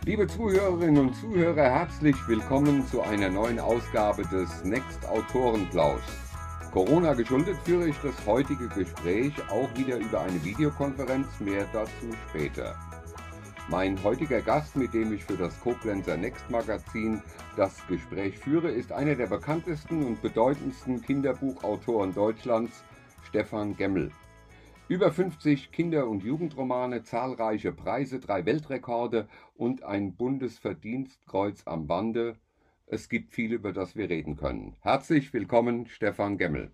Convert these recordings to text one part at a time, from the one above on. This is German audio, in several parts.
Liebe Zuhörerinnen und Zuhörer, herzlich willkommen zu einer neuen Ausgabe des Next Autorenplausch. Corona geschuldet führe ich das heutige Gespräch auch wieder über eine Videokonferenz, mehr dazu später. Mein heutiger Gast, mit dem ich für das Koblenzer Next Magazin das Gespräch führe, ist einer der bekanntesten und bedeutendsten Kinderbuchautoren Deutschlands, Stefan Gemmel. Über 50 Kinder- und Jugendromane, zahlreiche Preise, 3 Weltrekorde und ein Bundesverdienstkreuz am Bande. Es gibt viel, über das wir reden können. Herzlich willkommen, Stefan Gemmel.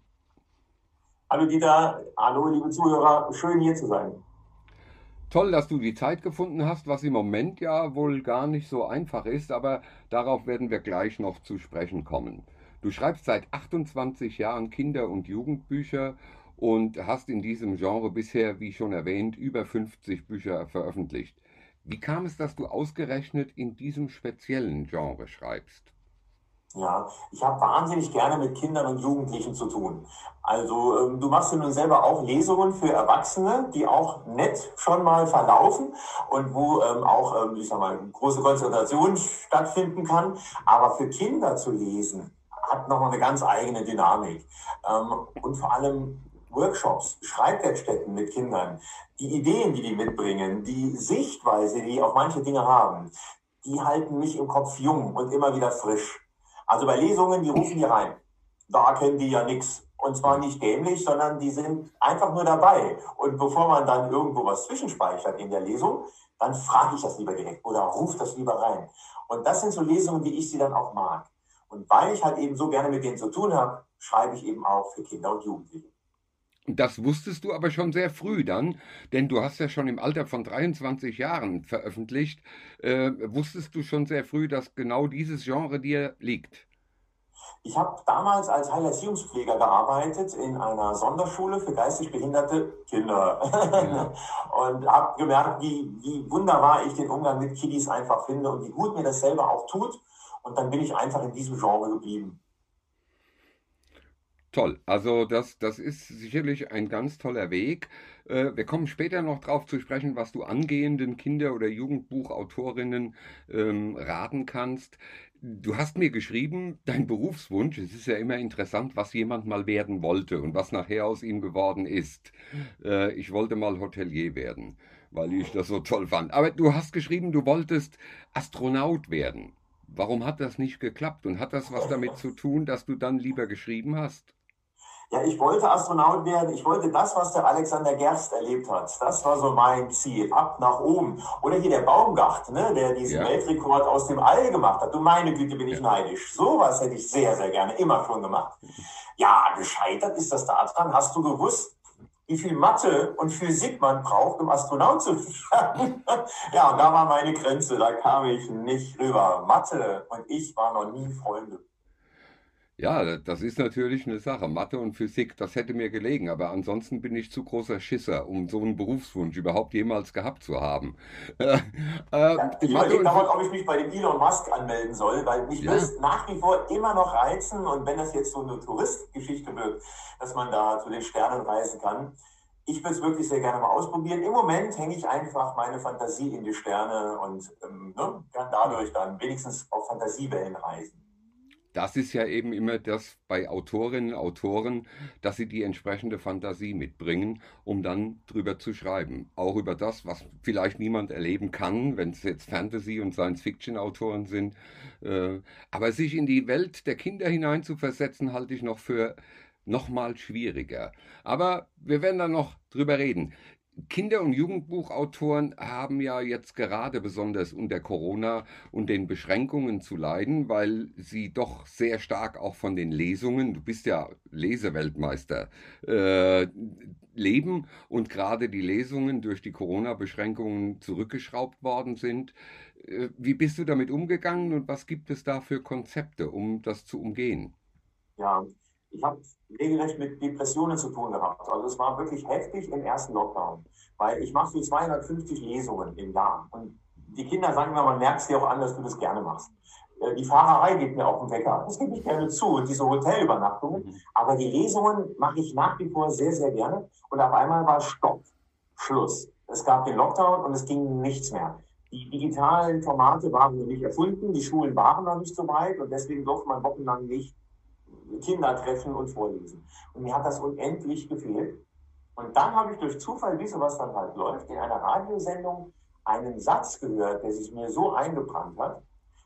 Hallo Dieter, hallo liebe Zuhörer, schön hier zu sein. Toll, dass du die Zeit gefunden hast, was im Moment ja wohl gar nicht so einfach ist, aber darauf werden wir gleich noch zu sprechen kommen. Du schreibst seit 28 Jahren Kinder- und Jugendbücher und hast in diesem Genre bisher, wie schon erwähnt, über 50 Bücher veröffentlicht. Wie kam es, dass du ausgerechnet in diesem speziellen Genre schreibst? Ja, ich habe wahnsinnig gerne mit Kindern und Jugendlichen zu tun. Also du machst ja nun selber auch Lesungen für Erwachsene, die auch nett schon mal verlaufen und wo auch, ich sag mal, große Konzentration stattfinden kann. Aber für Kinder zu lesen, hat nochmal eine ganz eigene Dynamik. Und vor allem Workshops, Schreibwerkstätten mit Kindern, die Ideen, die mitbringen, die Sichtweise, die auf manche Dinge haben, die halten mich im Kopf jung und immer wieder frisch. Also bei Lesungen, die rufen die rein. Da kennen die ja nichts. Und zwar nicht dämlich, sondern die sind einfach nur dabei. Und bevor man dann irgendwo was zwischenspeichert in der Lesung, dann frage ich das lieber direkt oder rufe das lieber rein. Und das sind so Lesungen, wie ich sie dann auch mag. Und weil ich halt eben so gerne mit denen zu tun habe, schreibe ich eben auch für Kinder und Jugendliche. Das wusstest du aber schon sehr früh dann, denn du hast ja schon im Alter von 23 Jahren veröffentlicht. Wusstest du schon sehr früh, dass genau dieses Genre dir liegt? Ich habe damals als Heilerziehungspfleger gearbeitet in einer Sonderschule für geistig behinderte Kinder Ja. und habe gemerkt, wie wunderbar ich den Umgang mit Kiddies einfach finde und wie gut mir das selber auch tut. Und dann bin ich einfach in diesem Genre geblieben. Toll, also das ist sicherlich ein ganz toller Weg. Wir kommen später noch darauf zu sprechen, was du angehenden Kinder- oder Jugendbuchautorinnen raten kannst. Du hast mir geschrieben, dein Berufswunsch, es ist ja immer interessant, was jemand mal werden wollte und was nachher aus ihm geworden ist. Ich wollte mal Hotelier werden, weil ich das so toll fand. Aber du hast geschrieben, du wolltest Astronaut werden. Warum hat das nicht geklappt? Und hat das was damit zu tun, dass du dann lieber geschrieben hast? Ja, ich wollte Astronaut werden. Ich wollte das, was der Alexander Gerst erlebt hat. Das war so mein Ziel. Ab nach oben. Oder hier der Baumgart, ne, der diesen Ja, Weltrekord aus dem All gemacht hat. Du meine Güte, bin ich ja. neidisch. Sowas hätte ich sehr, sehr gerne immer schon gemacht. Ja, gescheitert ist das daran. Hast du gewusst, wie viel Mathe und Physik man braucht, um Astronaut zu werden? Ja, und da war meine Grenze. Da kam ich nicht rüber. Mathe und ich waren noch nie Freunde. Ja, das ist natürlich eine Sache. Mathe und Physik, das hätte mir gelegen, aber ansonsten bin ich zu großer Schisser, um so einen Berufswunsch überhaupt jemals gehabt zu haben. Äh, Ja, ich Mathe überlege und damals, Physik, ob ich mich bei dem Elon Musk anmelden soll, weil mich würde ja, es nach wie vor immer noch reizen. Und wenn das jetzt so eine Touristgeschichte wird, dass man da zu den Sternen reisen kann, ich würde es wirklich sehr gerne mal ausprobieren. Im Moment hänge ich einfach meine Fantasie in die Sterne und ne, kann dadurch dann wenigstens auf Fantasiewellen reisen. das ist ja eben immer das bei Autorinnen und Autoren, dass sie die entsprechende Fantasie mitbringen, um dann drüber zu schreiben. Auch über das, was vielleicht niemand erleben kann, wenn es jetzt Fantasy- und Science-Fiction-Autoren sind. Aber sich in die Welt der Kinder hineinzuversetzen, halte ich noch für noch mal schwieriger. Aber wir werden da noch drüber reden. Kinder- und Jugendbuchautoren haben ja jetzt gerade besonders unter Corona und den Beschränkungen zu leiden, weil sie doch sehr stark auch von den Lesungen, du bist ja Leseweltmeister, äh, leben und gerade die Lesungen durch die Corona-Beschränkungen zurückgeschraubt worden sind. Wie bist du damit umgegangen und was gibt es da für Konzepte, um das zu umgehen? Ja, ich habe regelrecht mit Depressionen zu tun gehabt. Also es war wirklich heftig im ersten Lockdown, weil ich mache so 250 Lesungen im Jahr. Und die Kinder sagen mir, man merkt es dir auch an, dass du das gerne machst. Die Fahrerei geht mir auf den Wecker. Das gebe ich gerne zu. Und diese Hotelübernachtungen. Mhm. Aber die Lesungen mache ich nach wie vor sehr, sehr gerne. Und auf einmal war Stopp. Schluss. Es gab den Lockdown und es ging nichts mehr. Die digitalen Formate waren noch nicht erfunden, die Schulen waren noch nicht so weit und deswegen durfte man wochenlang nicht Kinder treffen und vorlesen. Und mir hat das unendlich gefehlt. Und dann habe ich durch Zufall, wie sowas dann halt läuft, in einer Radiosendung einen Satz gehört, der sich mir so eingebrannt hat.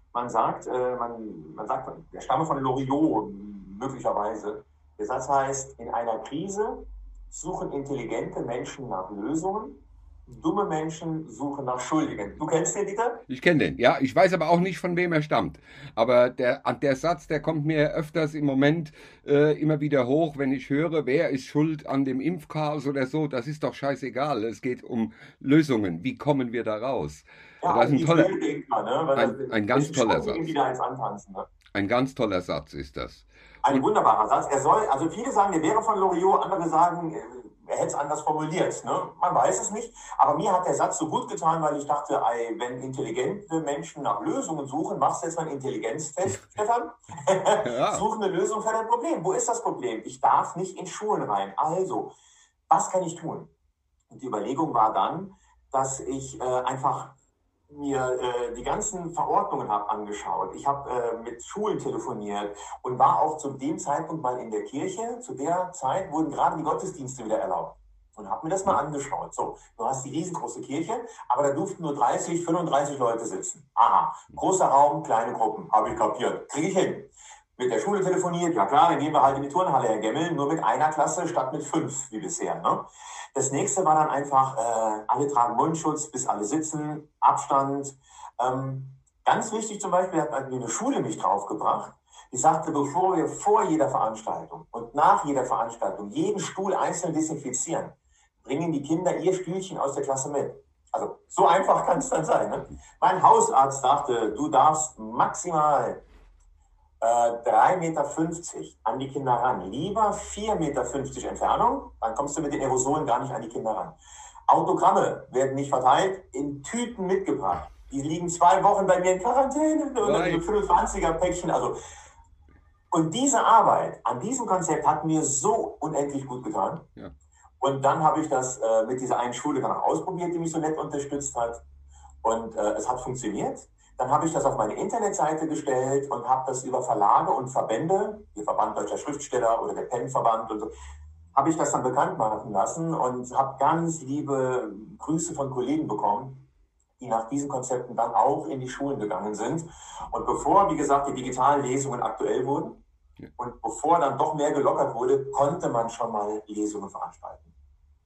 Man sagt, der stamme von Loriot möglicherweise. Der Satz heißt, in einer Krise suchen intelligente Menschen nach Lösungen, dumme Menschen suchen nach Schuldigen. Du kennst den, Dieter? Ich kenne den, ja. Ich weiß aber auch nicht, von wem er stammt. Aber der Satz, der kommt mir öfters im Moment immer wieder hoch, wenn ich höre, wer ist schuld an dem Impfchaos oder so. Das ist doch scheißegal. Es geht um Lösungen. Wie kommen wir da raus? Ja, Das ist eigentlich denkt man, ne? Weil ein das ganz sind toller Schuldigen, Satz. die da eins antanzen. Ne? Ein ganz toller Satz ist das. Ein Und wunderbarer Satz. Also viele sagen, der wäre von Loriot, andere sagen, er hätte es anders formuliert. Ne? Man weiß es nicht. Aber mir hat der Satz so gut getan, weil ich dachte, ey, wenn intelligente Menschen nach Lösungen suchen, machst du jetzt mal einen Intelligenztest, Stefan. ja, Such eine Lösung für dein Problem. Wo ist das Problem? Ich darf nicht in Schulen rein. Also, was kann ich tun? Und die Überlegung war dann, dass ich einfach mir die ganzen Verordnungen habe angeschaut. Ich habe mit Schulen telefoniert und war auch zu dem Zeitpunkt mal in der Kirche. Zu der Zeit wurden gerade die Gottesdienste wieder erlaubt. Und habe mir das mal angeschaut. So, du hast die riesengroße Kirche, aber da durften nur 30, 35 Leute sitzen. Aha, großer Raum, kleine Gruppen, habe ich kapiert. Kriege ich hin. Mit der Schule telefoniert, ja klar, dann gehen wir halt in die Turnhalle, Herr Gemmel, nur mit einer Klasse statt mit 5, wie bisher. Ne? Das nächste war dann einfach, alle tragen Mundschutz, bis alle sitzen, Abstand. Ganz wichtig zum Beispiel hat eine Schule mich draufgebracht, die sagte, bevor wir vor jeder Veranstaltung und nach jeder Veranstaltung jeden Stuhl einzeln desinfizieren, bringen die Kinder ihr Stühlchen aus der Klasse mit. Also so einfach kann es dann sein. Ne? Mein Hausarzt sagte, du darfst maximal 3,50 Meter an die Kinder ran. Lieber 4,50 Meter Entfernung, dann kommst du mit den Aerosolen gar nicht an die Kinder ran. Autogramme werden nicht verteilt, in Tüten mitgebracht. Die liegen 2 Wochen bei mir in Quarantäne, Nein. 25er Päckchen. Also. Und diese Arbeit an diesem Konzept hat mir so unendlich gut getan. Ja. Und dann habe ich das mit dieser einen Schule dann auch ausprobiert, die mich so nett unterstützt hat. Und es hat funktioniert. Dann habe ich das auf meine Internetseite gestellt und habe das über Verlage und Verbände, der Verband Deutscher Schriftsteller oder der PEN-Verband und so, habe ich das dann bekannt machen lassen und habe ganz liebe Grüße von Kollegen bekommen, die nach diesen Konzepten dann auch in die Schulen gegangen sind. Und bevor, wie gesagt, die digitalen Lesungen aktuell wurden und bevor dann doch mehr gelockert wurde, konnte man schon mal Lesungen veranstalten.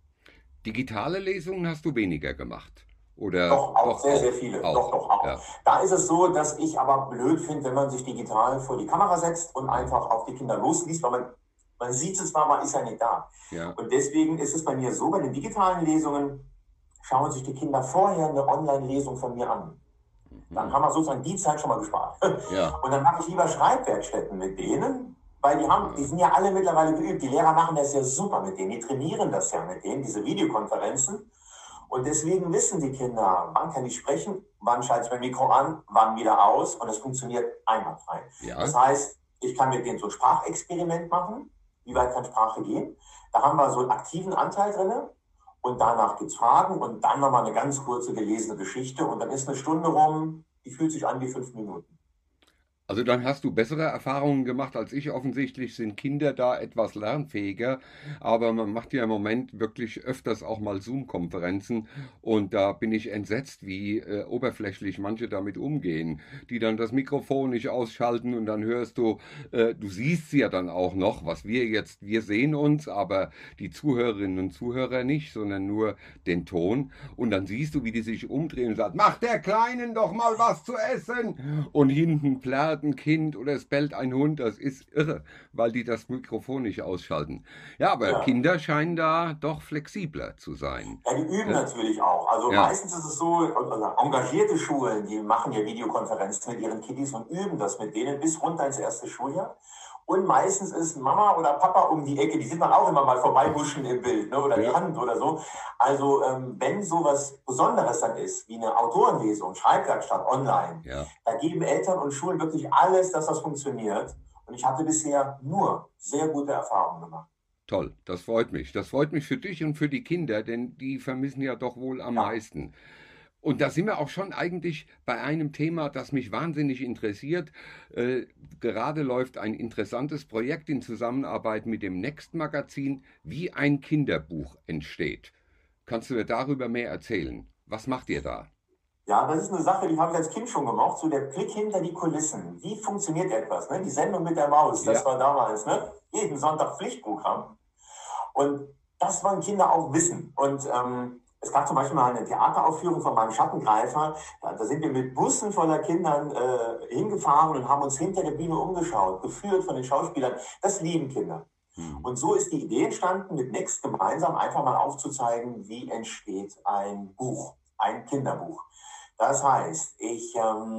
Digitale Lesungen hast du weniger gemacht. Oder Doch, auch sehr, sehr viele. Auch. Doch, auch. Ja. Da ist es so, dass ich aber blöd finde, wenn man sich digital vor die Kamera setzt und einfach auf die Kinder losliest, weil man sieht es zwar, man ist ja nicht da. Ja. Und deswegen ist es bei mir so, bei den digitalen Lesungen schauen sich die Kinder vorher eine Online-Lesung von mir an. Dann haben wir sozusagen die Zeit schon mal gespart. Ja. Und dann mache ich lieber Schreibwerkstätten mit denen, weil die sind ja alle mittlerweile geübt. Die Lehrer machen das ja super mit denen, die trainieren das ja mit denen, diese Videokonferenzen. Und deswegen wissen die Kinder, wann kann ich sprechen, wann schalte ich mein Mikro an, wann wieder aus und es funktioniert einwandfrei. Ja. Das heißt, ich kann mit denen so ein Sprachexperiment machen, wie weit kann Sprache gehen. Da haben wir so einen aktiven Anteil drin und danach gibt es Fragen und dann nochmal eine ganz kurze gelesene Geschichte und dann ist eine Stunde rum, die fühlt sich an wie 5 Minuten. Also dann hast du bessere Erfahrungen gemacht als ich. Offensichtlich sind Kinder da etwas lernfähiger, aber man macht ja im Moment wirklich öfters auch mal Zoom-Konferenzen und da bin ich entsetzt, wie oberflächlich manche damit umgehen, die dann das Mikrofon nicht ausschalten und dann hörst du, du siehst sie ja dann auch noch, was wir sehen uns, aber die Zuhörerinnen und Zuhörer nicht, sondern nur den Ton und dann siehst du, wie die sich umdrehen und sagen, mach der Kleinen doch mal was zu essen und hinten plärrt ein Kind oder es bellt ein Hund, das ist irre, weil die das Mikrofon nicht ausschalten. Ja, aber Ja. Kinder scheinen da doch flexibler zu sein. Ja, die üben natürlich auch. Also Ja. meistens ist es so, also engagierte Schulen, die machen ja Videokonferenzen mit ihren Kiddies und üben das mit denen bis runter ins erste Schuljahr. Und meistens ist Mama oder Papa um die Ecke, die sieht man auch immer mal vorbeihuschen im Bild, ne, oder die Hand oder so. Also wenn sowas Besonderes dann ist, wie eine Autorenlesung, Schreibwerkstatt online, Ja. da geben Eltern und Schulen wirklich alles, dass das funktioniert. Und ich hatte bisher nur sehr gute Erfahrungen gemacht. Toll, das freut mich. Das freut mich für dich und für die Kinder, denn die vermissen ja doch wohl am Ja. meisten. Und da sind wir auch schon eigentlich bei einem Thema, das mich wahnsinnig interessiert. Äh, Gerade läuft ein interessantes Projekt in Zusammenarbeit mit dem Next Magazin, wie ein Kinderbuch entsteht. Kannst du mir darüber mehr erzählen? Was macht ihr da? Ja, das ist eine Sache, die habe ich als Kind schon gemacht, so der Blick hinter die Kulissen. Wie funktioniert etwas? Ne? Die Sendung mit der Maus, das Ja, war damals, ne? Jeden Sonntag Pflichtprogramm. Und das wollen Kinder auch wissen. Und es gab zum Beispiel mal eine Theateraufführung von meinem Schattengreifer. Da sind wir mit Bussen voller Kindern hingefahren und haben uns hinter der Bühne umgeschaut, geführt von den Schauspielern. Das lieben Kinder. hm, Und so ist die Idee entstanden, mit Next gemeinsam einfach mal aufzuzeigen, wie entsteht ein Buch, ein Kinderbuch. Das heißt, ich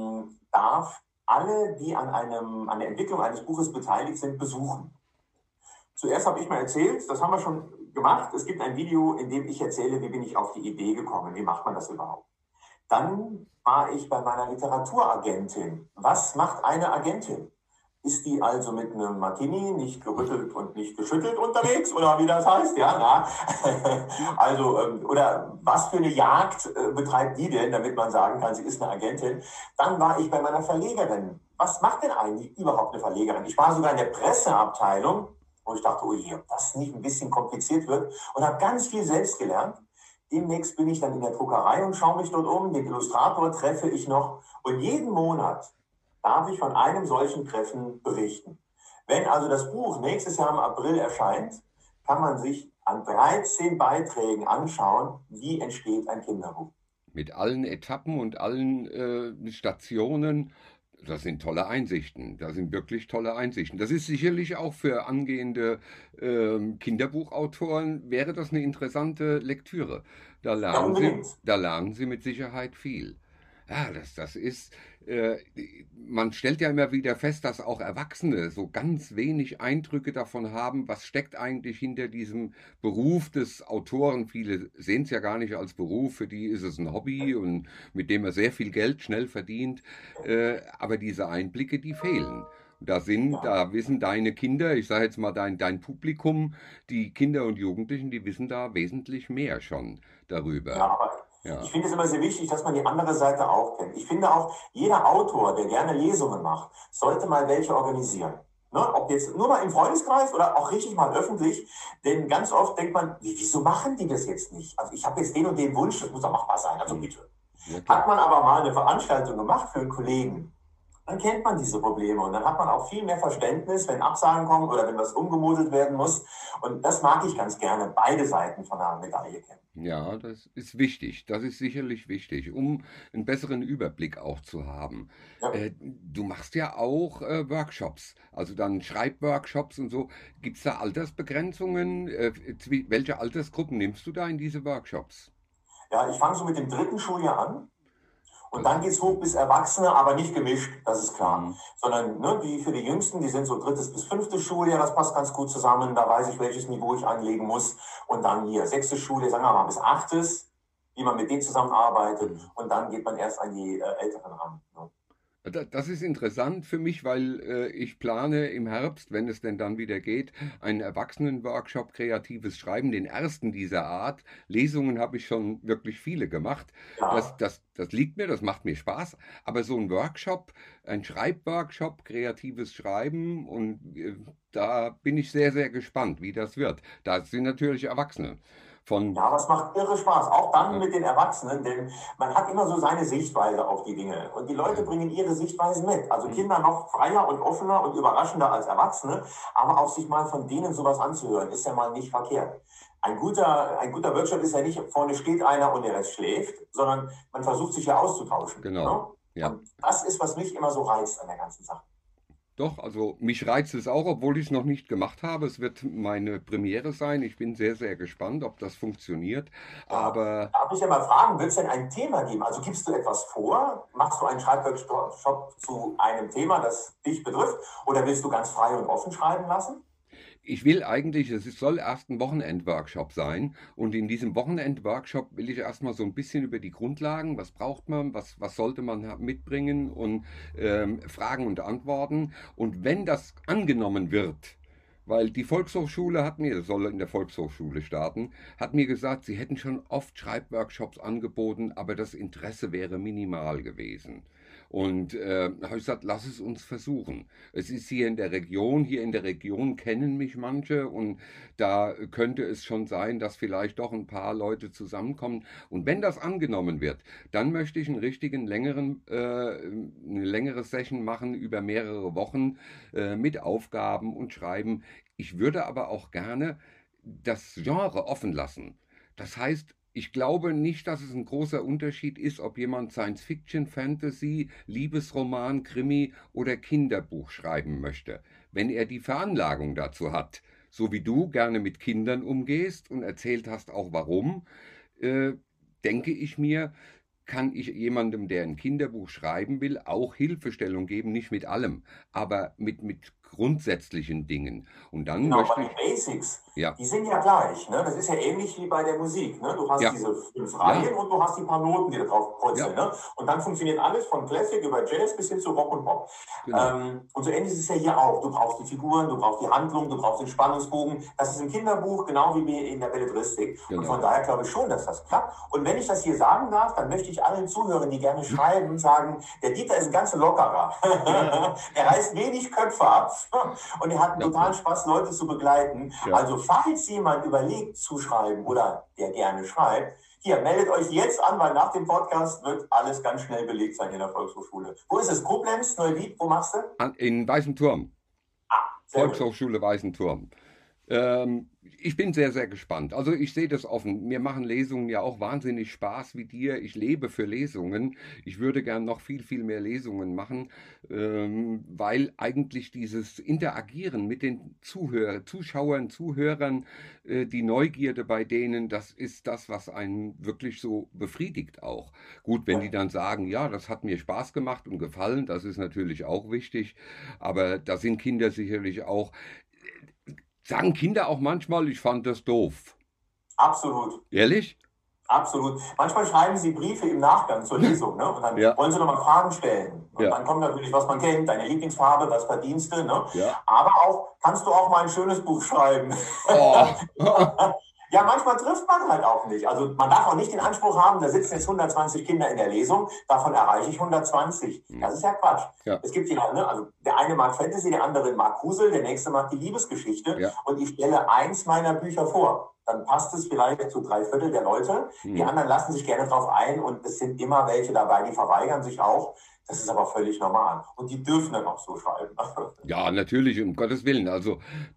darf alle, die an der Entwicklung eines Buches beteiligt sind, besuchen. Zuerst habe ich mal erzählt, das haben wir schon gemacht. Es gibt ein Video, in dem ich erzähle, wie bin ich auf die Idee gekommen, wie macht man das überhaupt. Dann war ich bei meiner Literaturagentin. Was macht eine Agentin? Ist die also mit einem Martini nicht gerüttelt und nicht geschüttelt unterwegs oder wie das heißt? Ja, na. ja, Also, oder was für eine Jagd betreibt die denn, damit man sagen kann, sie ist eine Agentin? Dann war ich bei meiner Verlegerin. Was macht denn eigentlich überhaupt eine Verlegerin? Ich war sogar in der Presseabteilung, wo ich dachte, oh je, ob das nicht ein bisschen kompliziert wird und habe ganz viel selbst gelernt. Demnächst bin ich dann in der Druckerei und schaue mich dort um. Den Illustrator treffe ich noch. Und jeden Monat darf ich von einem solchen Treffen berichten. Wenn also das Buch nächstes Jahr im April erscheint, kann man sich an 13 Beiträgen anschauen, wie entsteht ein Kinderbuch. mit allen Etappen und allen Stationen. Das sind tolle Einsichten. Das sind wirklich tolle Einsichten. Das ist sicherlich auch für angehende Kinderbuchautoren, wäre das eine interessante Lektüre. Ja, unbedingt. Da lernen Sie mit Sicherheit viel. Ja, äh, man stellt ja immer wieder fest, dass auch Erwachsene so ganz wenig Eindrücke davon haben, was steckt eigentlich hinter diesem Beruf des Autoren. Viele sehen es ja gar nicht als Beruf, für die ist es ein Hobby und mit dem er sehr viel Geld schnell verdient. Aber diese Einblicke, die fehlen. Ja. Da wissen deine Kinder, ich sage jetzt mal dein Publikum, die Kinder und Jugendlichen, die wissen da wesentlich mehr schon darüber. Ja, aber ich Ja, finde es immer sehr wichtig, dass man die andere Seite auch kennt. Ich finde auch, jeder Autor, der gerne Lesungen macht, sollte mal welche organisieren. Ne? Ob jetzt nur mal im Freundeskreis oder auch richtig mal öffentlich. Denn ganz oft denkt man, wieso machen die das jetzt nicht? Also ich habe jetzt den und den Wunsch, das muss doch machbar sein, also hm, bitte. ja Hat klar. man aber mal eine Veranstaltung gemacht für einen Kollegen, dann kennt man diese Probleme und dann hat man auch viel mehr Verständnis, wenn Absagen kommen oder wenn was umgemodelt werden muss. Und das mag ich ganz gerne, beide Seiten von der Medaille kennen. Ja, das ist wichtig. Das ist sicherlich wichtig, um einen besseren Überblick auch zu haben. Ja. Du machst ja auch Workshops, also dann Schreibworkshops und so. Gibt es da Altersbegrenzungen? Welche Altersgruppen nimmst du da in diese Workshops? Ja, ich fange so mit dem dritten Schuljahr an. Und Das, dann geht's hoch bis Erwachsene, aber nicht gemischt, das ist klar. hm, Sondern ne, die für die Jüngsten, die sind so drittes bis fünftes Schuljahr, das passt ganz gut zusammen. Da weiß ich, welches Niveau ich anlegen muss. Und dann hier sechstes Schuljahr, sagen wir mal bis achtes, wie man mit denen zusammenarbeitet. hm. Und dann geht man erst an die Älteren ran. Ne? Das ist interessant für mich, weil ich plane im Herbst, wenn es denn dann wieder geht, einen Erwachsenenworkshop Kreatives Schreiben, den ersten dieser Art. Lesungen habe ich schon wirklich viele gemacht. Ja. Das liegt mir, das macht mir Spaß. Aber so ein Workshop, ein Schreibworkshop, kreatives Schreiben, und da bin ich sehr, sehr gespannt, wie das wird. Da sind natürlich Erwachsene von, Ja, aber es macht irre Spaß, auch dann ja, mit den Erwachsenen, denn man hat immer so seine Sichtweise auf die Dinge und die Leute ja, bringen ihre Sichtweisen mit. Also hm, Kinder noch freier und offener und überraschender als Erwachsene, aber auch sich mal von denen sowas anzuhören, ist ja mal nicht verkehrt. Ein guter Workshop ist ja nicht, vorne steht einer und der Rest schläft, sondern man versucht sich ja auszutauschen. genau. Ne? Ja. Und das ist, was mich immer so reizt an der ganzen Sache. Doch, also mich reizt es auch, obwohl ich es noch nicht gemacht habe. Es wird meine Premiere sein. Ich bin sehr, sehr gespannt, ob das funktioniert. Ja, Aber darf ich ja mal fragen, wird es denn ein Thema geben? Also gibst du etwas vor? Machst du einen Schreibworkshop zu einem Thema, das dich betrifft? Oder willst du ganz frei und offen schreiben lassen? ich will eigentlich, soll erst ein Wochenend-Workshop sein. Und in diesem Wochenend-Workshop will ich erstmal so ein bisschen über die Grundlagen, was braucht man, was sollte man mitbringen und Fragen und Antworten. Und wenn das angenommen wird, Weil die Volkshochschule hat mir, das soll in der Volkshochschule starten, hat mir gesagt, sie hätten schon oft Schreibworkshops angeboten, aber das Interesse wäre minimal gewesen. Und habe ich gesagt, lass es uns versuchen. Es ist hier in der Region kennen mich manche und da könnte es schon sein, dass vielleicht doch ein paar Leute zusammenkommen. Und wenn das angenommen wird, dann möchte ich eine längere Session machen über mehrere Wochen mit Aufgaben und Schreiben. Ich würde aber auch gerne das Genre offen lassen. Das heißt, ich glaube nicht, dass es ein großer Unterschied ist, ob jemand Science Fiction, Fantasy, Liebesroman, Krimi oder Kinderbuch schreiben möchte. Wenn er die Veranlagung dazu hat, so wie du gerne mit Kindern umgehst und erzählt hast auch warum, äh, denke ich mir, kann ich jemandem, der ein Kinderbuch schreiben will, auch Hilfestellung geben, nicht mit allem, aber mit grundsätzlichen Dingen. Und dann Genau, möchte bei den ich, Basics, ja, die sind ja gleich. Ne? Das ist ja ähnlich wie bei der Musik. Ne? Du hast ja, diese 5 ja, Reihen und du hast die paar Noten, die da drauf purzeln. ja, Ne? Und dann funktioniert alles von Classic über Jazz bis hin zu Rock und Pop. genau, Und so ähnlich ist es ja hier auch. Du brauchst die Figuren, du brauchst die Handlung, du brauchst den Spannungsbogen. Das ist im Kinderbuch genau wie in der Belletristik. Und von genau. daher glaube ich schon, dass das klappt. Und wenn ich das hier sagen darf, dann möchte ich allen Zuhörern, die gerne schreiben, sagen, der Dieter ist ein ganz lockerer. Er reißt wenig Köpfe ab und er hat einen totalen Klasse. Spaß, Leute zu begleiten. Ja. Also falls jemand überlegt zu schreiben oder der gerne schreibt, hier, meldet euch jetzt an, weil nach dem Podcast wird alles ganz schnell belegt sein in der Volkshochschule. Wo ist es? Koblenz, Neuwied, wo machst du? In Weißem Turm, Sehr gut. Volkshochschule Weißen Turm. Ich bin sehr, sehr gespannt. Also ich sehe das offen. Mir machen Lesungen ja auch wahnsinnig Spaß wie dir. Ich lebe für Lesungen. Ich würde gern noch viel, viel mehr Lesungen machen, weil eigentlich dieses Interagieren mit den Zuschauern, Zuhörern, die Neugierde bei denen, das ist das, was einen wirklich so befriedigt auch. Gut, wenn die Ja. dann sagen, ja, das hat mir Spaß gemacht und gefallen, das ist natürlich auch wichtig. Aber da sind Kinder sicherlich auch. Sagen Kinder auch manchmal, ich fand das doof. Absolut. Ehrlich? Absolut. Manchmal schreiben sie Briefe im Nachgang zur Lesung, ne? Und dann Ja, wollen sie nochmal Fragen stellen. Und ja, dann kommt natürlich, was man kennt, deine Lieblingsfarbe, was verdienst du, ne? ja. Aber auch, kannst du auch mal ein schönes Buch schreiben? Oh. Ja, manchmal trifft man halt auch nicht. Also man darf auch nicht den Anspruch haben, da sitzen jetzt 120 Kinder in der Lesung, davon erreiche ich 120. Das ist ja Quatsch. Ja, Es gibt ja, ne, also der eine mag Fantasy, der andere mag Grusel, der nächste mag die Liebesgeschichte ja. und ich stelle eins meiner Bücher vor. Dann passt es vielleicht zu 3/4 der Leute. Die Hm. anderen lassen sich gerne drauf ein und es sind immer welche dabei, die verweigern sich auch. Das ist aber völlig normal. Und die dürfen dann auch so schreiben. Ja, natürlich, um Gottes Willen. Also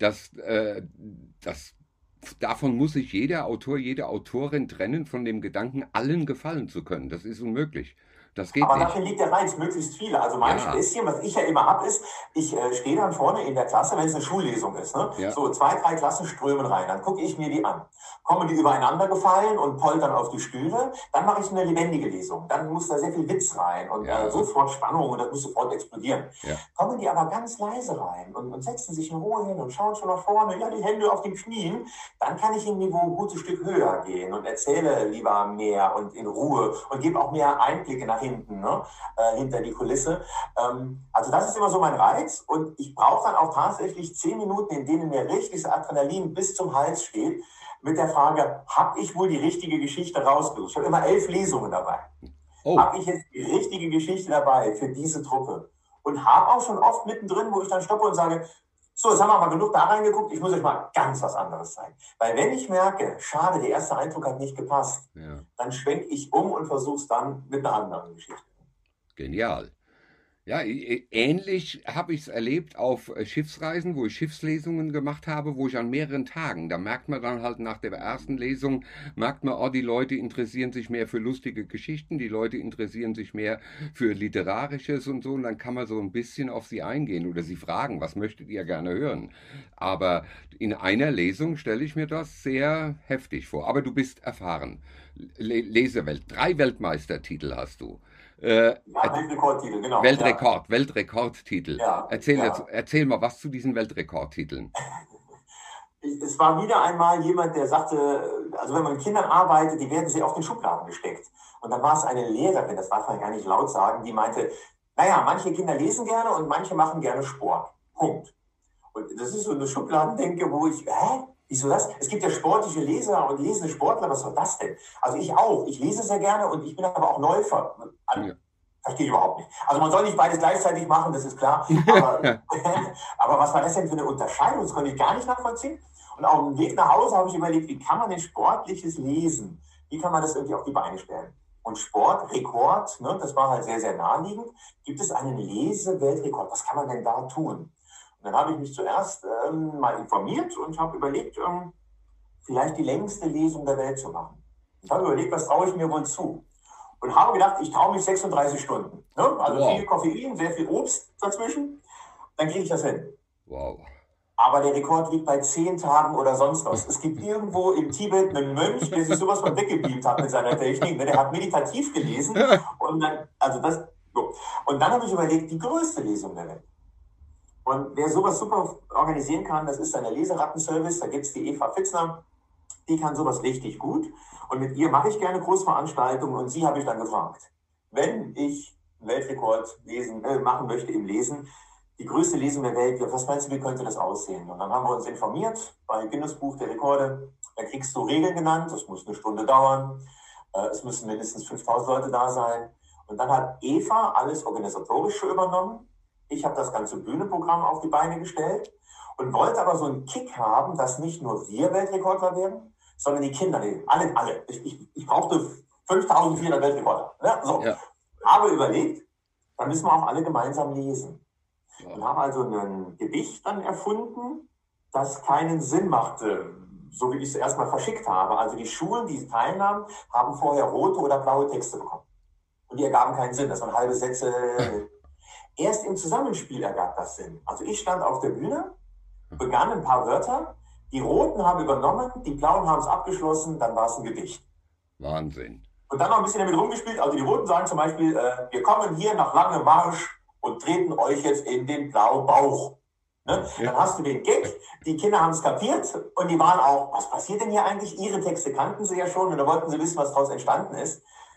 das, davon muss sich jeder Autor, jede Autorin trennen von dem Gedanken, allen gefallen zu können. Das ist unmöglich. Das geht Aber dafür nicht. liegt der Reiz, möglichst viele. Also mein Ja, Späßchen, was ich ja immer habe, ist, ich stehe dann vorne in der Klasse, wenn es eine Schullesung ist. Ne? ja, So 2, 3 Klassen strömen rein, dann gucke ich mir die an. Kommen die übereinander gefallen und poltern auf die Stühle, dann mache ich eine lebendige Lesung. Dann muss da sehr viel Witz rein und ja, sofort Spannung und das muss sofort explodieren. ja. Kommen die aber ganz leise rein und setzen sich in Ruhe hin und schauen schon nach vorne, ja, die Hände auf den Knien, dann kann ich im Niveau ein gutes Stück höher gehen und erzähle lieber mehr und in Ruhe und gebe auch mehr Einblicke nach hinten, ne? Hinter die Kulisse. Also das ist immer so mein Reiz und ich brauche dann auch tatsächlich 10 Minuten, in denen mir richtiges Adrenalin bis zum Hals steht, mit der Frage, habe ich wohl die richtige Geschichte rausgesucht? Ich habe immer 11 Lesungen dabei. Oh, Habe ich jetzt die richtige Geschichte dabei für diese Truppe? Und habe auch schon oft mittendrin, wo ich dann stoppe und sage, so, jetzt haben wir mal genug da reingeguckt, ich muss euch mal ganz was anderes zeigen. Weil wenn ich merke, schade, der erste Eindruck hat nicht gepasst, ja. dann schwenke ich um und versuche es dann mit einer anderen Geschichte. Genial. Ja, ähnlich habe ich es erlebt auf Schiffsreisen, wo ich Schiffslesungen gemacht habe, wo ich an mehreren Tagen, da merkt man dann halt nach der ersten Lesung, merkt man, oh, die Leute interessieren sich mehr für lustige Geschichten, die Leute interessieren sich mehr für Literarisches und so, und dann kann man so ein bisschen auf sie eingehen oder sie fragen, was möchtet ihr gerne hören? Aber in einer Lesung stelle ich mir das sehr heftig vor. Aber du bist erfahren. Lesewelt, 3 Weltmeistertitel hast du. Äh, Ja, Weltrekordtitel, genau. Ja, Weltrekordtitel. ja, ja. Erzähl mal was zu diesen Weltrekordtiteln. Es war wieder einmal jemand, der sagte, also wenn man mit Kindern arbeitet, die werden sehr oft in Schubladen gesteckt. Und dann war es eine Lehrerin, das darf man gar nicht laut sagen, die meinte, naja, manche Kinder lesen gerne und manche machen gerne Sport. Punkt. Und das ist so eine Schubladendenke, wo ich, wieso das? Es gibt ja sportliche Leser und lesende Sportler, was soll das denn? Also ich auch, ich lese sehr gerne und ich bin aber auch Läufer. Ja. Verstehe ich überhaupt nicht. Also man soll nicht beides gleichzeitig machen, das ist klar. Aber, aber was war das denn für eine Unterscheidung? Das konnte ich gar nicht nachvollziehen. Und auf dem Weg nach Hause habe ich überlegt, wie kann man denn sportliches Lesen, wie kann man das irgendwie auf die Beine stellen? Und Sportrekord, ne, das war halt sehr, sehr naheliegend. Gibt es einen Lese-Weltrekord? Was kann man denn da tun? Und dann habe ich mich zuerst mal informiert und habe überlegt, vielleicht die längste Lesung der Welt zu machen. Ich habe überlegt, was traue ich mir wohl zu? Und habe gedacht, ich traue mich 36 Stunden. Ne? Also Wow. viel Koffein, sehr viel Obst dazwischen. Dann kriege ich das hin. Wow. Aber der Rekord liegt bei 10 Tagen oder sonst was. Es gibt irgendwo im Tibet einen Mönch, der sich sowas von weggebeamt hat mit seiner Technik. Der hat meditativ gelesen. Und dann, also das, so. Und dann habe ich überlegt, die größte Lesung der Welt. Und wer sowas super organisieren kann, das ist ein Leserattenservice. Da gibt es die Eva Fitzner. Die kann sowas richtig gut. Und mit ihr mache ich gerne Großveranstaltungen. Und sie habe ich dann gefragt, wenn ich einen Weltrekord machen möchte im Lesen, die größte Lesung der Welt, was meinst du, wie könnte das aussehen? Und dann haben wir uns informiert bei Guinness Buch der Rekorde. Da kriegst du Regeln genannt, das muss eine Stunde dauern, es müssen mindestens 5000 Leute da sein. Und dann hat Eva alles Organisatorische übernommen. Ich habe das ganze Bühnenprogramm auf die Beine gestellt und wollte aber so einen Kick haben, dass nicht nur wir Weltrekordler werden, sondern die Kinder, alle. Ich brauchte 5400 Weltrekorder. Ne? So. Ja. Habe überlegt, dann müssen wir auch alle gemeinsam lesen. Und haben also ein Gedicht dann erfunden, das keinen Sinn machte, so wie ich es erstmal verschickt habe. Also die Schulen, die teilnahmen, haben vorher rote oder blaue Texte bekommen. Und die ergaben keinen Sinn, das waren halbe Sätze. Erst im Zusammenspiel ergab das Sinn. Also ich stand auf der Bühne, begann ein paar Wörter, die Roten haben übernommen, die Blauen haben es abgeschlossen, dann war es ein Gedicht. Wahnsinn. Und dann noch ein bisschen damit rumgespielt. Also die Roten sagen zum Beispiel, wir kommen hier nach langem Marsch und treten euch jetzt in den blauen Bauch. Ne? Ja. Dann hast du den Gag, die Kinder haben es kapiert und die waren auch, was passiert denn hier eigentlich? Ihre Texte kannten sie ja schon und da wollten sie wissen, was daraus entstanden ist.